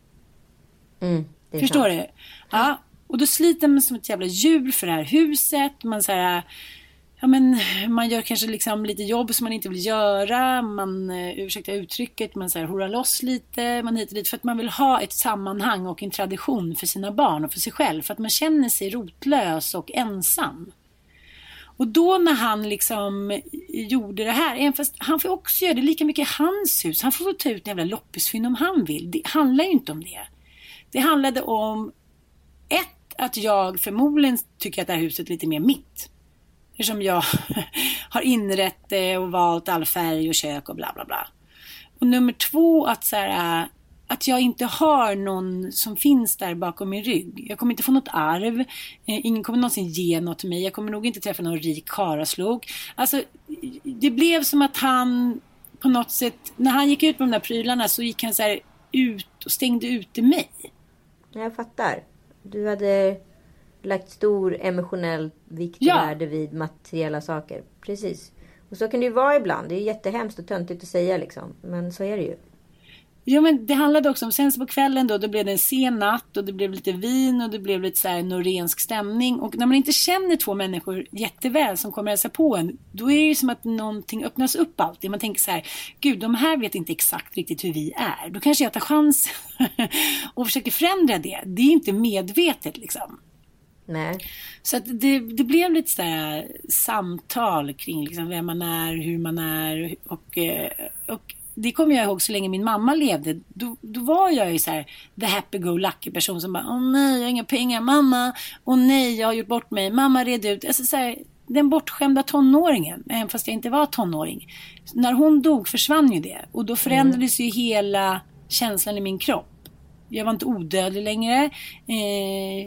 Mm, Förstår sant. du? Ja, och då sliter man som ett jävla djur för det här huset. Man så här, ja men man gör kanske liksom lite jobb som man inte vill göra. Man, ursäkta uttrycket, man så här horar loss lite, man hit och dit för att man vill ha ett sammanhang och en tradition för sina barn och för sig själv, för att man känner sig rotlös och ensam. Och då när han liksom gjorde det här, även fast han får också göra det lika mycket i hans hus, han får ta ut en jävla loppisfynd om han vill. Det handlar ju inte om det. Det handlade om ett, att jag förmodligen tycker att det här huset är lite mer mitt. Eftersom jag har inrett det och valt all färg och kök och bla bla bla. Och nummer två, att så här, att jag inte har någon som finns där bakom min rygg. Jag kommer inte få något arv. Ingen kommer någonsin ge något till mig. Jag kommer nog inte träffa någon rik karaslok. Alltså, det blev som att han på något sätt, när han gick ut med de där prylarna så gick han så här ut och stängde ute mig. Jag fattar. Du hade lagt stor emotionell vikt ja. värde vid materiella saker. Precis. Och så kan det ju vara ibland. Det är jättehemskt och töntigt att säga liksom. Men så är det ju. Ja, men det handlade också om, sen på kvällen då, då blev det en sen natt och det blev lite vin och det blev lite så här norensk stämning. Och när man inte känner två människor jätteväl som kommer att hälsa på en, då är det ju som att någonting öppnas upp alltid. Man tänker så här, gud, de här vet inte exakt riktigt hur vi är. Då kanske jag tar chans och försöker förändra det. Det är inte medvetet liksom. Nej. Så att det, det blev lite så här samtal kring liksom vem man är, hur man är och, och det kommer jag ihåg så länge min mamma levde. Då, då var jag ju så här the happy-go-lucky person som bara, åh nej, jag har inga pengar, mamma. Åh nej, jag har gjort bort mig. Mamma red ut. Alltså så här, den bortskämda tonåringen, även fast jag inte var tonåring. När hon dog försvann ju det. Och då förändrades mm. ju hela känslan i min kropp. Jag var inte odödlig längre. Eh,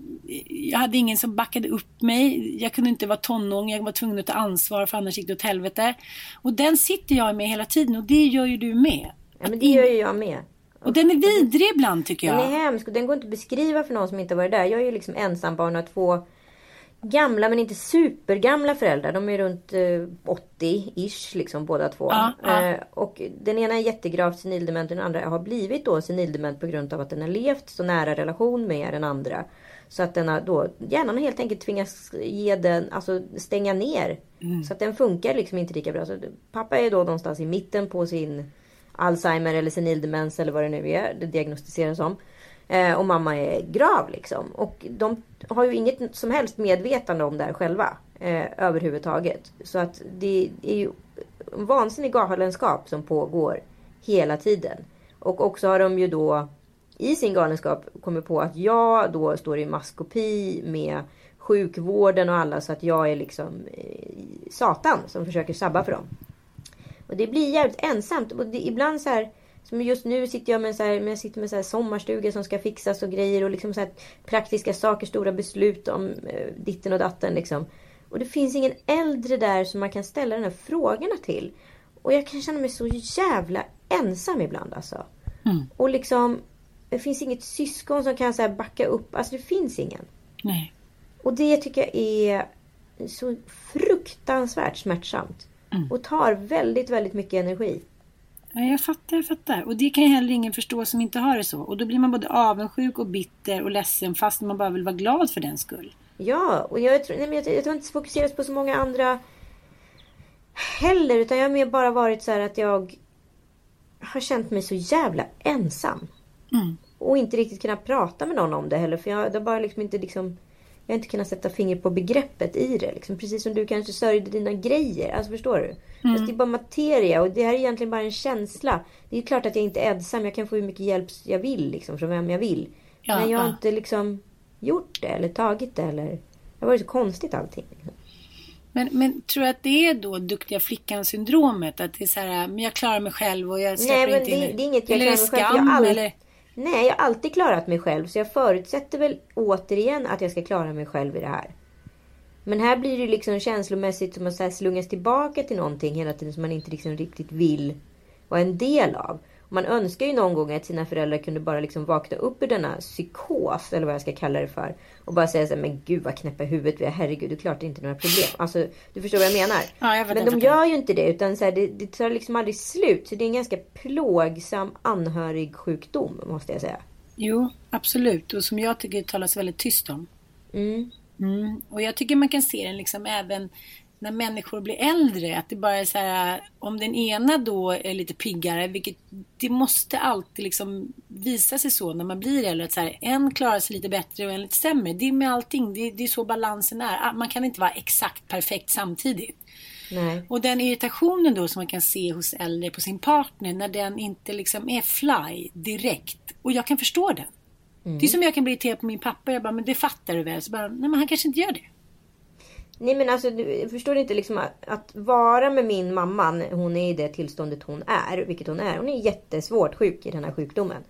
jag hade ingen som backade upp mig. Jag kunde inte vara tonåring. Jag var tvungen att ta ansvar, för annars gick det åt helvete. Och den sitter jag med hela tiden. Och det gör ju du med. Ja, men det gör ju jag med. Och, och den är vidrig ibland, tycker jag. Den är hemsk. Och den går inte att beskriva för någon som inte varit där. Jag är ju liksom ensambarn och två gamla men inte supergamla föräldrar. De är runt eh, åttio-ish liksom båda två. Ja, ja. Eh, och den ena är jättegravt senildement och den andra har blivit då senildement på grund av att den har levt så nära relation med den andra. Så att den har då, hjärnan har helt enkelt tvingats ge den, alltså stänga ner. Mm. Så att den funkar liksom inte lika bra. Så pappa är då någonstans i mitten på sin Alzheimer eller senildemens eller vad det nu är. Det diagnostiseras som. Eh, och mamma är grav liksom. Och de har ju inget som helst medvetande om det här själva. Eh, överhuvudtaget. Så att det är ju en vansinnig galenskap som pågår hela tiden. Och också har de ju då i sin galenskap kommer på att jag då står i maskopi med sjukvården och alla, så att jag är liksom eh, satan som försöker sabba för dem. Och det blir jävligt ensamt. Och det, ibland så här, som just nu sitter jag med så här, jag sitter med så här sommarstuga som ska fixas och grejer och liksom så här praktiska saker, stora beslut om eh, ditten och datten liksom. Och det finns ingen äldre där som man kan ställa de här frågorna till. Och jag kan känna mig så jävla ensam ibland alltså. Mm. Och liksom det finns inget syskon som kan så här backa upp. Alltså det finns ingen. Nej. Och det tycker jag är så fruktansvärt smärtsamt. Mm. Och tar väldigt, väldigt mycket energi. Ja, jag fattar, jag fattar. Och det kan ju heller ingen förstå som inte har det så. Och då blir man både avundsjuk och bitter och ledsen fast man bara vill vara glad för den skull. Ja, och jag tror, nej, men jag, jag tror inte fokuseras på så många andra heller. Utan jag har mer bara varit så här att jag har känt mig så jävla ensam. Mm. Och inte riktigt kunnat prata med någon om det heller. För jag har bara liksom inte liksom, jag har inte kunnat sätta finger på begreppet i det. Liksom. Precis som du kanske sörjde dina grejer. Alltså förstår du? Mm. Fast det är bara materia. Och det här är egentligen bara en känsla. Det är klart att jag inte är ensam. Jag kan få hur mycket hjälp jag vill. Liksom, från vem jag vill. Ja, men jag har ja. inte liksom gjort det. Eller tagit det. Eller, det har varit så konstigt allting. Liksom. Men, men tror du att det är då duktiga flickan-syndromet? Att det är så här, men jag klarar mig själv och jag släpper Nej, men inte det, in. det är inget jag eller klarar mig själv. skam, Jag all... eller? Nej, jag har alltid klarat mig själv. Så jag förutsätter väl återigen att jag ska klara mig själv i det här. Men här blir det liksom känslomässigt som att så här slungas tillbaka till någonting hela tiden som man inte liksom riktigt vill vara en del av. Man önskar ju någon gång att sina föräldrar kunde bara liksom vakna upp ur denna psykos, eller vad jag ska kalla det för. Och bara säga så här, men gud vad knäppa huvudet vi är, herregud, det är klart det är inte några problem. Alltså, du förstår vad jag menar. Ja, jag vet, men de gör ju inte det, utan så här, det, det tar liksom aldrig slut. Så det är en ganska plågsam anhörig sjukdom, måste jag säga. Jo, absolut. Och som jag tycker det talas väldigt tyst om. Mm. Mm. Och jag tycker man kan se den liksom även när människor blir äldre, att det bara är så här, om den ena då är lite piggare, vilket det måste alltid liksom visa sig så när man blir äldre, att så här, en klarar sig lite bättre och en lite sämre. Det är med allting, det, det är så balansen är. Man kan inte vara exakt perfekt samtidigt. Nej. Och den irritationen då som man kan se hos äldre på sin partner, när den inte liksom är fly direkt, och jag kan förstå den. Mm. Det är som jag kan bli irriterad på min pappa, jag bara, men det fattar du väl? Så bara, nej men han kanske inte gör det. Nej, men alltså, du förstår inte liksom att, att vara med min mamma, hon är i det tillståndet hon är, vilket hon är. Hon är jättesvårt sjuk i den här sjukdomen.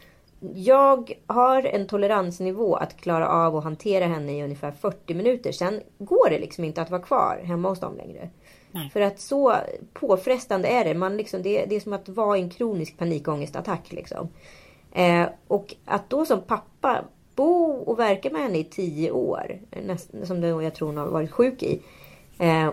Jag har en toleransnivå att klara av att hantera henne i ungefär fyrtio minuter. Sen går det liksom inte att vara kvar hemma hos dem längre. Nej. För att så påfrestande är det. Man liksom, det, det är som att vara i en kronisk panikångestattack liksom. Eh, och att då som pappa bo och verka med henne i tio år, nästan, som det jag tror hon har varit sjuk i, eh,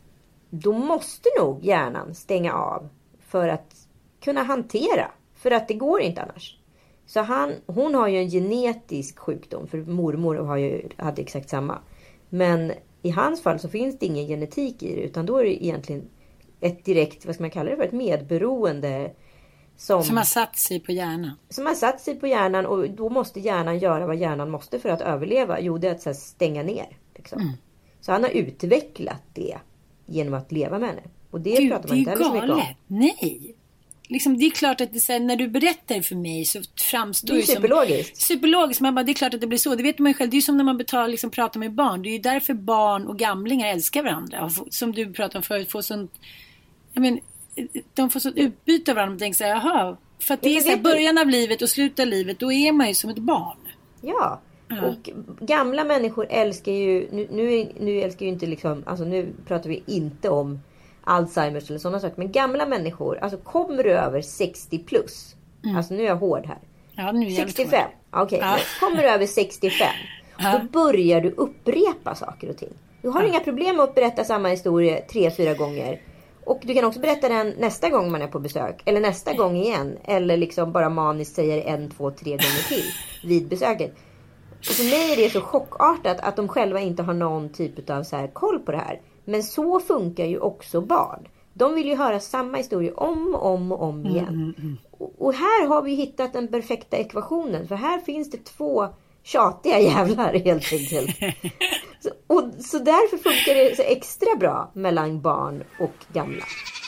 då måste nog hjärnan stänga av för att kunna hantera. För att det går inte annars. Så han, hon har ju en genetisk sjukdom, för mormor har ju, hade exakt samma. Men i hans fall så finns det ingen genetik i det, utan då är det egentligen ett direkt, vad ska man kalla det för, ett medberoende Som, som har satt sig på hjärnan. Som har satt sig på hjärnan, och då måste hjärnan göra vad hjärnan måste för att överleva. Jo, det är att så här, stänga ner. Liksom. Mm. Så han har utvecklat det genom att leva med henne. Och det Gud, pratar man inte heller så mycket om. Nej. Liksom, det är klart att det, så här, när du berättar för mig så framstår det är superlogiskt. Som, superlogiskt. Man bara, det är klart att det blir så. Det vet man ju själv. Det är ju som när man betalar, liksom, pratar med barn. Det är ju därför barn och gamlingar älskar varandra. Och som du pratade om förut, får sånt... Jag men, de får så utbyte av varandra och tänker så här, jaha, för att det är så här, början av livet och slutet av livet, då är man ju som ett barn. Ja, ja. Och gamla människor älskar ju, nu, nu, nu älskar ju inte liksom, alltså nu pratar vi inte om Alzheimers eller sådana saker, men gamla människor, alltså kommer du över sextio plus, mm. alltså nu är jag hård här, ja, nu är jag sextiofem, okej, okay, ja. Kommer du över sextiofem, ja. Då börjar du upprepa saker och ting. Du har ja. Inga problem med att berätta samma historia tre, fyra gånger. Och du kan också berätta den nästa gång man är på besök. Eller nästa gång igen. Eller liksom bara maniskt säger en, två, tre gånger till vid besöket. Och för mig är det så chockartat att de själva inte har någon typ av så här koll på det här. Men så funkar ju också barn. De vill ju höra samma historia om och om och om igen. Mm, mm, mm. Och, och här har vi hittat den perfekta ekvationen. För här finns det två tjatiga jävlar helt enkelt. Så, och, så därför funkar det så extra bra mellan barn och gamla.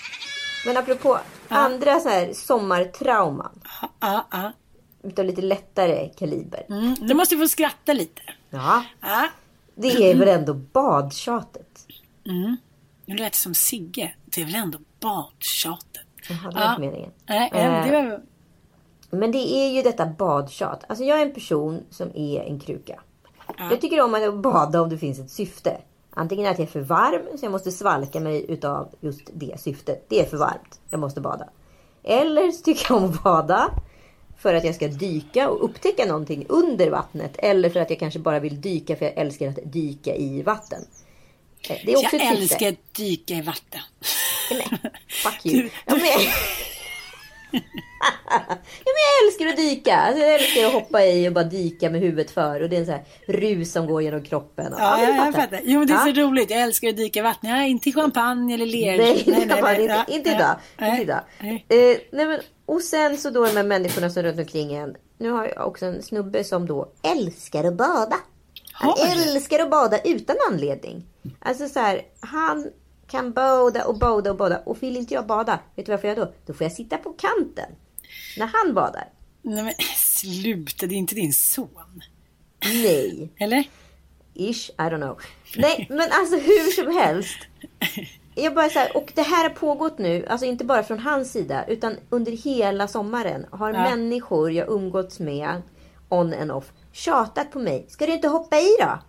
Men apropå ah. andra så här sommartrauman. Ja, ah, ah. Utav lite lättare kaliber. Mm, du måste få skratta lite. Ja. Ah. Det är väl ändå badtjatet. Mm. Nu lät det som Sigge. Det är väl ändå badtjatet. Jaha, det var inte meningen. Nej, det var... Men det är ju detta badtjat. Alltså jag är en person som är en kruka. Ja. Jag tycker om att bada om det finns ett syfte. Antingen att jag är för varm så jag måste svalka mig utav just det syftet. Det är för varmt, jag måste bada. Eller så tycker jag om att bada för att jag ska dyka och upptäcka någonting under vattnet. Eller för att jag kanske bara vill dyka för jag älskar att dyka i vatten. Det är också jag ett syfte. älskar att dyka i vatten. Nej, fuck you. Ja, men... ja, men jag älskar att dyka. Alltså, jag älskar att hoppa i och bara dyka med huvudet för. Och det är en sån här rus som går genom kroppen. Ja, ja, jag fattar. Jo, men det är ja. så roligt. Jag älskar att dyka i vatten. Ja, inte champagne eller ler. Nej, nej, nej, nej, nej, inte, inte idag. Nej, inte idag. Nej. Eh, nej, men, och sen så då med människorna som runt omkring en. Nu har jag också en snubbe som då älskar att bada. Han ja, älskar att bada utan anledning. Alltså så här, han kan bada och bada och bada. Och vill inte jag bada, vet du varför jag då? Då får jag sitta på kanten när han badar. Nej men sluta, det är inte din son. Nej. Eller? Ish, I don't know. Nej, men alltså hur som helst. Jag bara så här, och det här har pågått nu, alltså inte bara från hans sida, utan under hela sommaren har ja. människor jag umgåtts med on and off tjatat på mig. Ska du inte hoppa i då?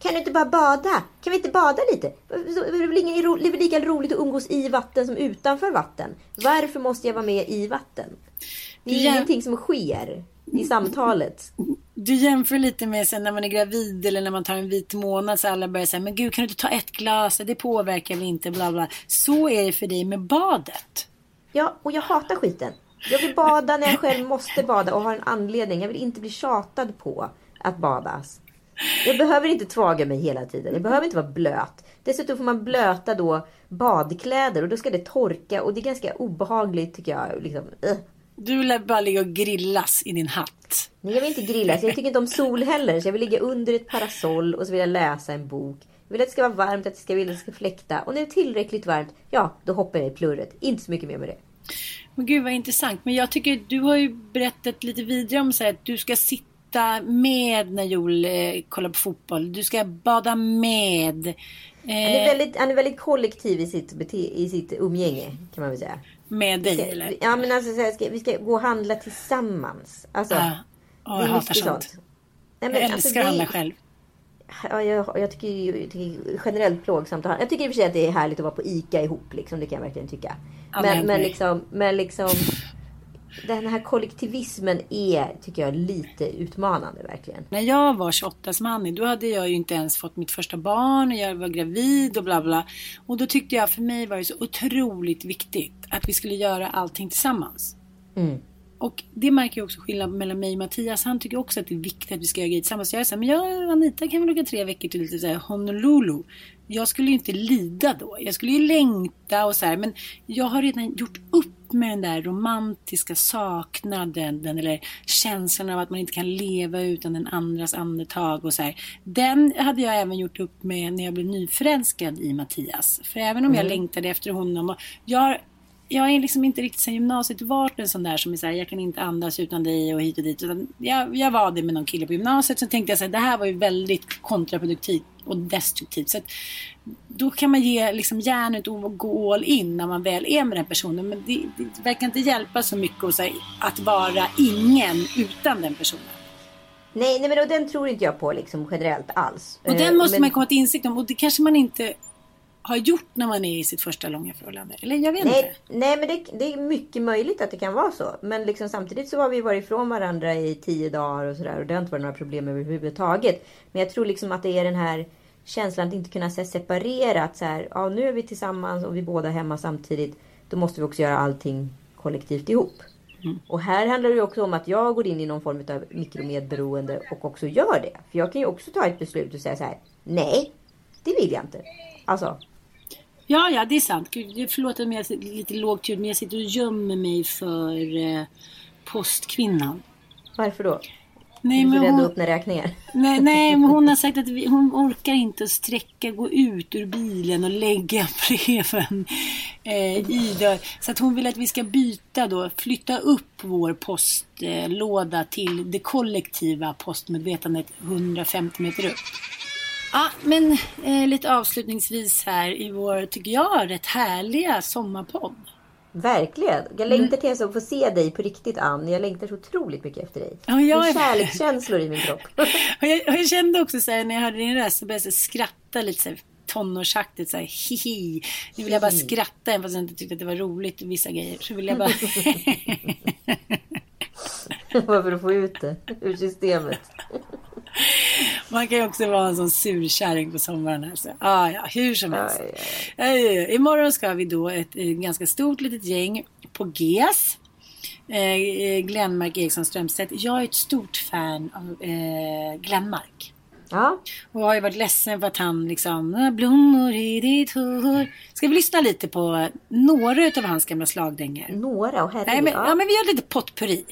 Kan du inte bara bada? Kan vi inte bada lite? Det är väl inga, det är väl lika roligt att umgås i vatten som utanför vatten. Varför måste jag vara med i vatten? Det är jäm... ingenting som sker i samtalet. Du jämför lite med sen när man är gravid eller när man tar en vit månad så alla börjar säga, men gud, kan du inte ta ett glas? Det påverkar väl inte, bla bla. Så är det för dig med badet. Ja, och jag hatar skiten. Jag vill bada när jag själv måste bada och har en anledning. Jag vill inte bli tjatad på att badas. Jag behöver inte tvaga mig hela tiden. Jag behöver inte vara blöt. Dessutom får man blöta då badkläder och då ska det torka och det är ganska obehagligt tycker jag. Liksom. Uh. Du vill bara ligga och grillas i din hatt. Nej, jag vill inte grillas. Jag tycker inte om sol heller. Så jag vill ligga under ett parasoll och så vill jag läsa en bok. Jag vill att det ska vara varmt, att det ska, vill att det ska fläkta. Och när det är tillräckligt varmt, ja, då hoppar jag i plurret. Inte så mycket mer med det. Men gud vad intressant. Men jag tycker, du har ju berättat lite vidare om så här, att du ska sitta med när Joel eh, kollar på fotboll. Du ska bada med. Eh, han, är väldigt, han är väldigt kollektiv i sitt, bete- i sitt umgänge, kan man väl säga. Med dig ska, eller? Ja, men alltså så här, ska, vi ska gå och handla tillsammans. Alltså, ah, oh, jag hatar sånt. sånt. Nej, men, jag älskar alltså, att handla själv. Ja, jag, jag tycker ju generellt plågsamt att handla. Jag tycker i och för sig att det är härligt att vara på ICA ihop. Liksom, det kan jag verkligen tycka. Ja, men, men, liksom, men liksom... Den här kollektivismen är, tycker jag, lite utmanande verkligen. När jag var tjugoåtta som Annie, då hade jag ju inte ens fått mitt första barn och jag var gravid och bla bla. Och då tyckte jag, för mig var det så otroligt viktigt att vi skulle göra allting tillsammans. Mm. Och det märker jag också skillnad mellan mig och Mattias. Han tycker också att det är viktigt att vi ska göra grejer tillsammans. Så jag är så här, men jag och Anita kan väl åka tre veckor till lite så här Honolulu. Jag skulle ju inte lida då. Jag skulle ju längta och så här. Men jag har redan gjort upp med den där romantiska saknaden. Den, eller känslan av att man inte kan leva utan den andras andetag och så här. Den hade jag även gjort upp med när jag blev nyförälskad i Mattias. För även om jag mm. längtade efter honom. Och jag Jag är liksom inte riktigt sen gymnasiet varit en sån där som är så här, jag kan inte andas utan dig och hit och dit. Utan jag, jag var det med någon kille på gymnasiet. Så tänkte jag så här, det här var ju väldigt kontraproduktivt och destruktivt. Så att då kan man ge liksom järnet och gå all in när man väl är med den personen. Men det, det verkar inte hjälpa så mycket att, här, att vara ingen utan den personen. Nej, nej men och den tror inte jag på liksom generellt alls. Och den måste men... man komma till insikt om. Och det kanske man inte har gjort när man är i sitt första långa förhållande. Eller jag vet nej, inte. Nej, men det, det är mycket möjligt att det kan vara så. Men liksom samtidigt så har vi varit ifrån varandra i tio dagar och sådär. Och det har inte varit några problem överhuvudtaget. Men jag tror liksom att det är den här känslan att inte kunna se separerat. Så här, ja, nu är vi tillsammans och vi båda hemma samtidigt. Då måste vi också göra allting kollektivt ihop. Mm. Och här handlar det ju också om att jag går in i någon form av mikromedberoende och också gör det. För jag kan ju också ta ett beslut och säga så här, nej, det vill jag inte. Alltså... Ja, ja, det är sant. Gud, förlåt om jag är lite lågt ljud, men jag sitter och gömmer mig för eh, postkvinnan. Varför då? Nej, du men hon... upp när räkningar. Nej, nej, men hon har sagt att vi, hon orkar inte att sträcka, gå ut ur bilen och lägga breven eh, i dörr. Så att hon vill att vi ska byta då, flytta upp vår postlåda eh, till det kollektiva postmedvetandet hundrafemtio meter upp. Ja, men eh, lite avslutningsvis här i vår, tycker jag, rätt härliga sommarpodd. Verkligen. Jag längtar till att få se dig på riktigt, Ann. Jag längtar så otroligt mycket efter dig. Ja, jag är... kärlekskänslor i min kropp. och, jag, och jag kände också så här, när jag hörde din röst så började jag skratta lite så här, tonårsaktigt så här, hihi. Nu vill jag bara skratta även fast jag inte tyckte att det var roligt vissa grejer. Så vill jag bara... Varför att få ut det ur systemet. Man kan ju också vara en sån surkärring på sommaren. Alltså. Ah, ja, hur som helst. Aj, aj. Eh, imorgon ska vi då ett, ett ganska stort litet gäng på G E S. Eh, Glenmark Eriksson Strömstedt. Jag är ett stort fan av eh, Glenmark. Ja. Och har ju varit ledsen för att han liksom blommor i ditt hår. Ska vi lyssna lite på några av hans gamla slagdänger? Några? Och herregud. Nej, men, ja, men vi gör lite potpurri.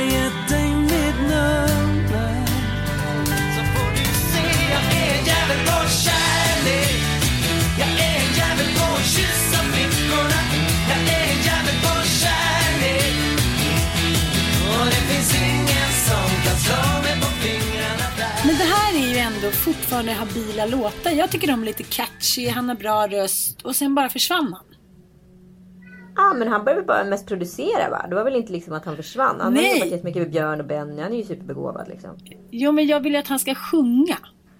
Jävligt bra. fortfarande habila låtar. Jag tycker de är lite catchy, han har bra röst. Och sen bara försvann han. Ja, ah, men han började bara mest producera, va? Det var väl inte liksom att han försvann. Han Nej. har jobbat jättemycket med Björn och Benny. Han är ju superbegåvad liksom. Jo, men jag vill att han ska sjunga.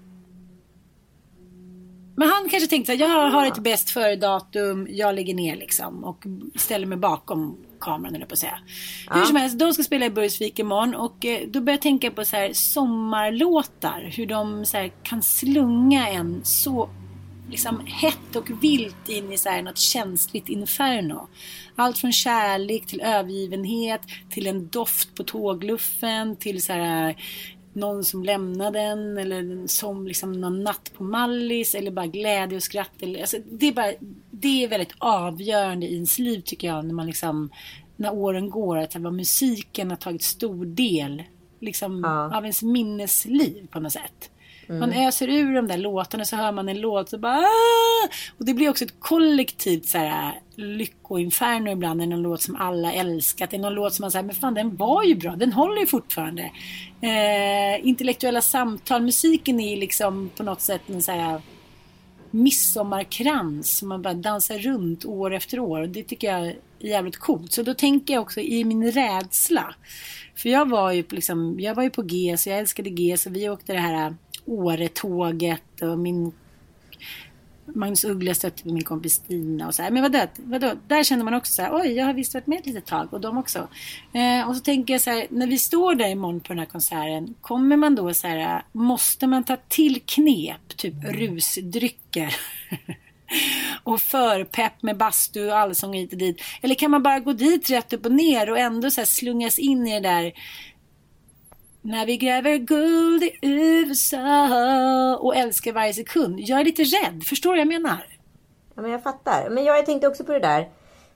Men han kanske tänkte att jag har ett bäst före datum, jag lägger ner liksom och ställer mig bakom kameran, eller på att säga. Ja. Hur som helst, de ska spela i Burgsvik imorgon och eh, då börjar jag tänka på så här sommarlåtar, hur de så här kan slunga en så liksom hett och vilt in i så här något känsligt inferno. Allt från kärlek till övergivenhet, till en doft på tågluffen, till så här någon som lämnade den, eller som liksom någon natt på Mallis, eller bara glädje och skratt, eller, alltså, det är bara, det är väldigt avgörande i ens liv, tycker jag, när man liksom, när åren går, att vad musiken har tagit stor del liksom, ja. av ens minnesliv på något sätt. Mm. Man öser ur de där låtarna, så hör man en låt så bara Aah! Och det blir också ett kollektivt så här lyckoinferno ibland. Det är någon låt som alla älskat, det är någon låt som man säger, men fan, den var ju bra, den håller ju fortfarande. eh, intellektuella samtal, musiken är liksom på något sätt en så här midsommarkrans som man bara dansar runt år efter år, och det tycker jag är jävligt coolt. Så då tänker jag också i min rädsla, för jag var ju liksom, jag var ju på G, så jag älskade G, så vi åkte det här Åretåget, och min Magnus Uggla stötte min kompis Stina och så här. Men vadå, vadå? Där kände man också så här, oj, jag har visst varit med ett litet tag, och de också. Eh, och så tänker jag så här, när vi står där imorgon på den här konserten, kommer man då så här, måste man ta till knep, typ rusdrycker och förpepp med bastu och allsång hit och dit, eller kan man bara gå dit rätt upp och ner och ändå så här slungas in i det där, när vi gräver guld i U S A och älskar varje sekund. Jag är lite rädd, förstår du vad jag menar? Ja, men jag fattar. Men jag tänkte också på det där.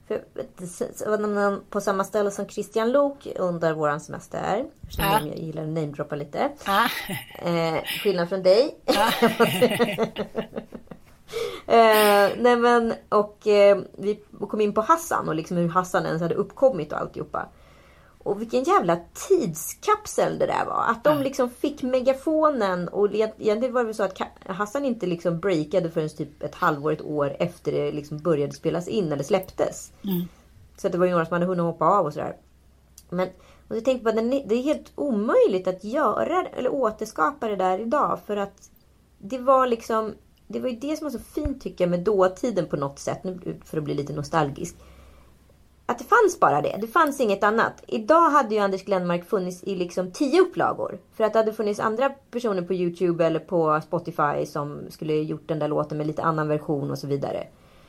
För, på samma ställe som Christian Lok under våran semester. Som ja. Jag gillar att namedroppa lite. Ja. Eh, skillnad från dig. Ja. eh, nej men, och eh, vi kom in på Hassan och liksom hur Hassan ens hade uppkommit och alltihopa. Och vilken jävla tidskapsel det där var. Att de liksom fick megafonen. Och egentligen var det så att Hassan inte liksom breakade förrän typ ett halvår, ett år efter det liksom började spelas in eller släpptes. Mm. Så att det var ju några som hade hunnit hoppa av och sådär. Men och jag tänkte på att det är helt omöjligt att göra eller återskapa det där idag. För att det var liksom, det var ju det som var så fint, tycker jag, med dåtiden på något sätt. För att bli lite nostalgisk. Att det fanns bara det. Det fanns inget annat. Idag hade ju Anders Glenmark funnits i liksom tio upplagor. För att det hade funnits andra personer på YouTube eller på Spotify som skulle gjort den där låten med lite annan version och så vidare.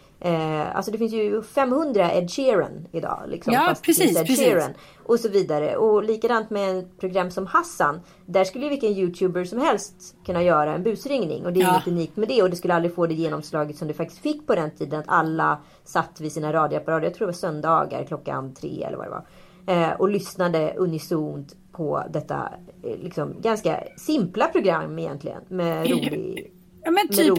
Eh, alltså det finns ju femhundra Ed Sheeran idag. Liksom, ja, fast precis. Ed precis. Sheeran och så vidare. Och likadant med ett program som Hassan. Där skulle ju vilken YouTuber som helst kunna göra en busringning. Och det är ja. inget unikt med det. Och det skulle aldrig få det genomslaget som det faktiskt fick på den tiden. Att alla satt vid sina radioapparater. Jag tror det var söndagar klockan tre eller vad det var. Eh, och lyssnade unisont på detta eh, liksom, ganska simpla program egentligen. Med rolig... Ja, men typ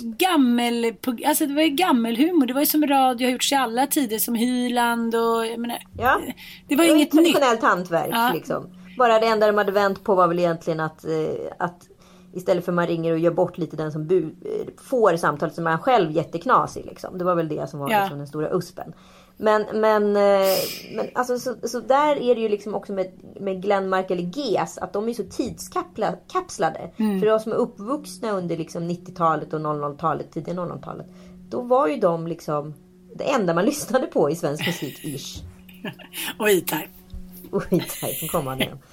gammel, alltså det var ju gammelhumor. Det var ju som radio har gjort sig alla tider, som Hyland och jag menar, ja. det var ju inget traditionellt nytt. hantverk ja. liksom. Bara det enda de hade vänt på var väl egentligen att, att istället för man ringer och gör bort lite den som bu, får samtalet, som är själv jätteknasig liksom. Det var väl det som var ja. liksom den stora uspen. Men, men, men alltså, så, så där är det ju liksom också med, med Glenmark eller G S, att de är så tidskapslade. Mm. För de som är uppvuxna under liksom nittiotalet och noll noll-talet, tidiga noll noll-talet, då var ju de liksom det enda man lyssnade på i svensk musik, ish. Och E-Type. Och E-Type, kom han igen.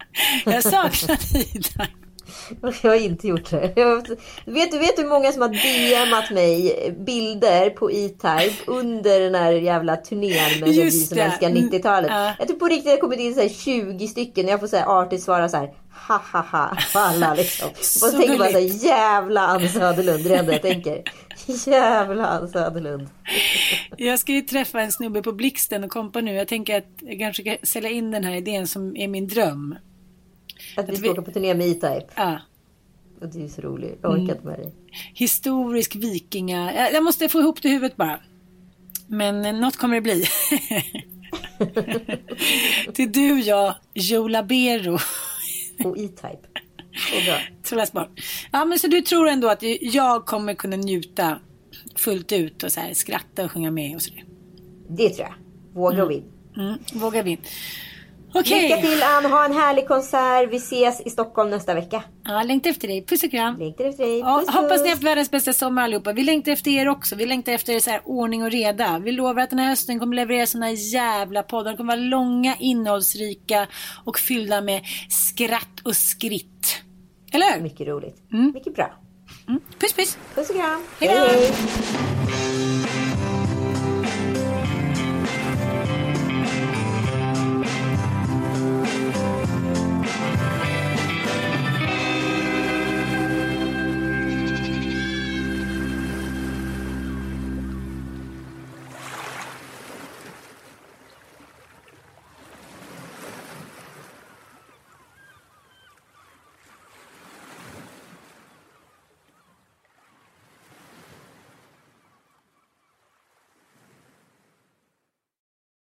Jag saknar E-Type. Jag har inte gjort det. Jag vet, du vet hur många som har D M:at mig bilder på E-Type under den här jävla turnén med vi som älskar nittiotalet. Uh. Jag tror på riktigt det har kommit in så här tjugo stycken. Jag får så här artigt svara så här ha ha ha på alla liksom. Och så tänker bara så här, jävla Ann Söderlund, det är det jag tänker. Jävla Ann Söderlund. Jag ska ju träffa en snubbe på Blixten och kompa nu. Jag tänker att jag kanske ska sälja in den här idén som är min dröm. Att vi ska åka på turné med E-Type. Ja. Och det är så roligt. Jag orkar inte med dig. Historisk vikinga. Jag, jag måste få ihop det i huvudet bara. Men något kommer det bli. Till du, jag, Joe Labero. Och E-Type. Och bra. Trollas bort. Ja, men så du tror ändå att jag kommer kunna njuta fullt ut och så här, skratta och sjunga med och sådär? Det tror jag. Våga mm. och vinn. Mm. Våga vinn. Okay. Lycka till, Ann. Ha en härlig konsert. Vi ses i Stockholm nästa vecka. Ja, längtar efter dig. Puss och kram. Längtar efter dig. Puss, puss, hoppas puss. ni har haft världens bästa sommar allihopa. Vi längtar efter er också. Vi längtar efter så här ordning och reda. Vi lovar att den här hösten kommer leverera såna jävla poddar. De kommer vara långa, innehållsrika och fyllda med skratt och skritt. Eller hur? Mycket roligt. Mm. Mycket bra. Mm. Puss, puss. Puss och kram. Hej då. Hej, hej.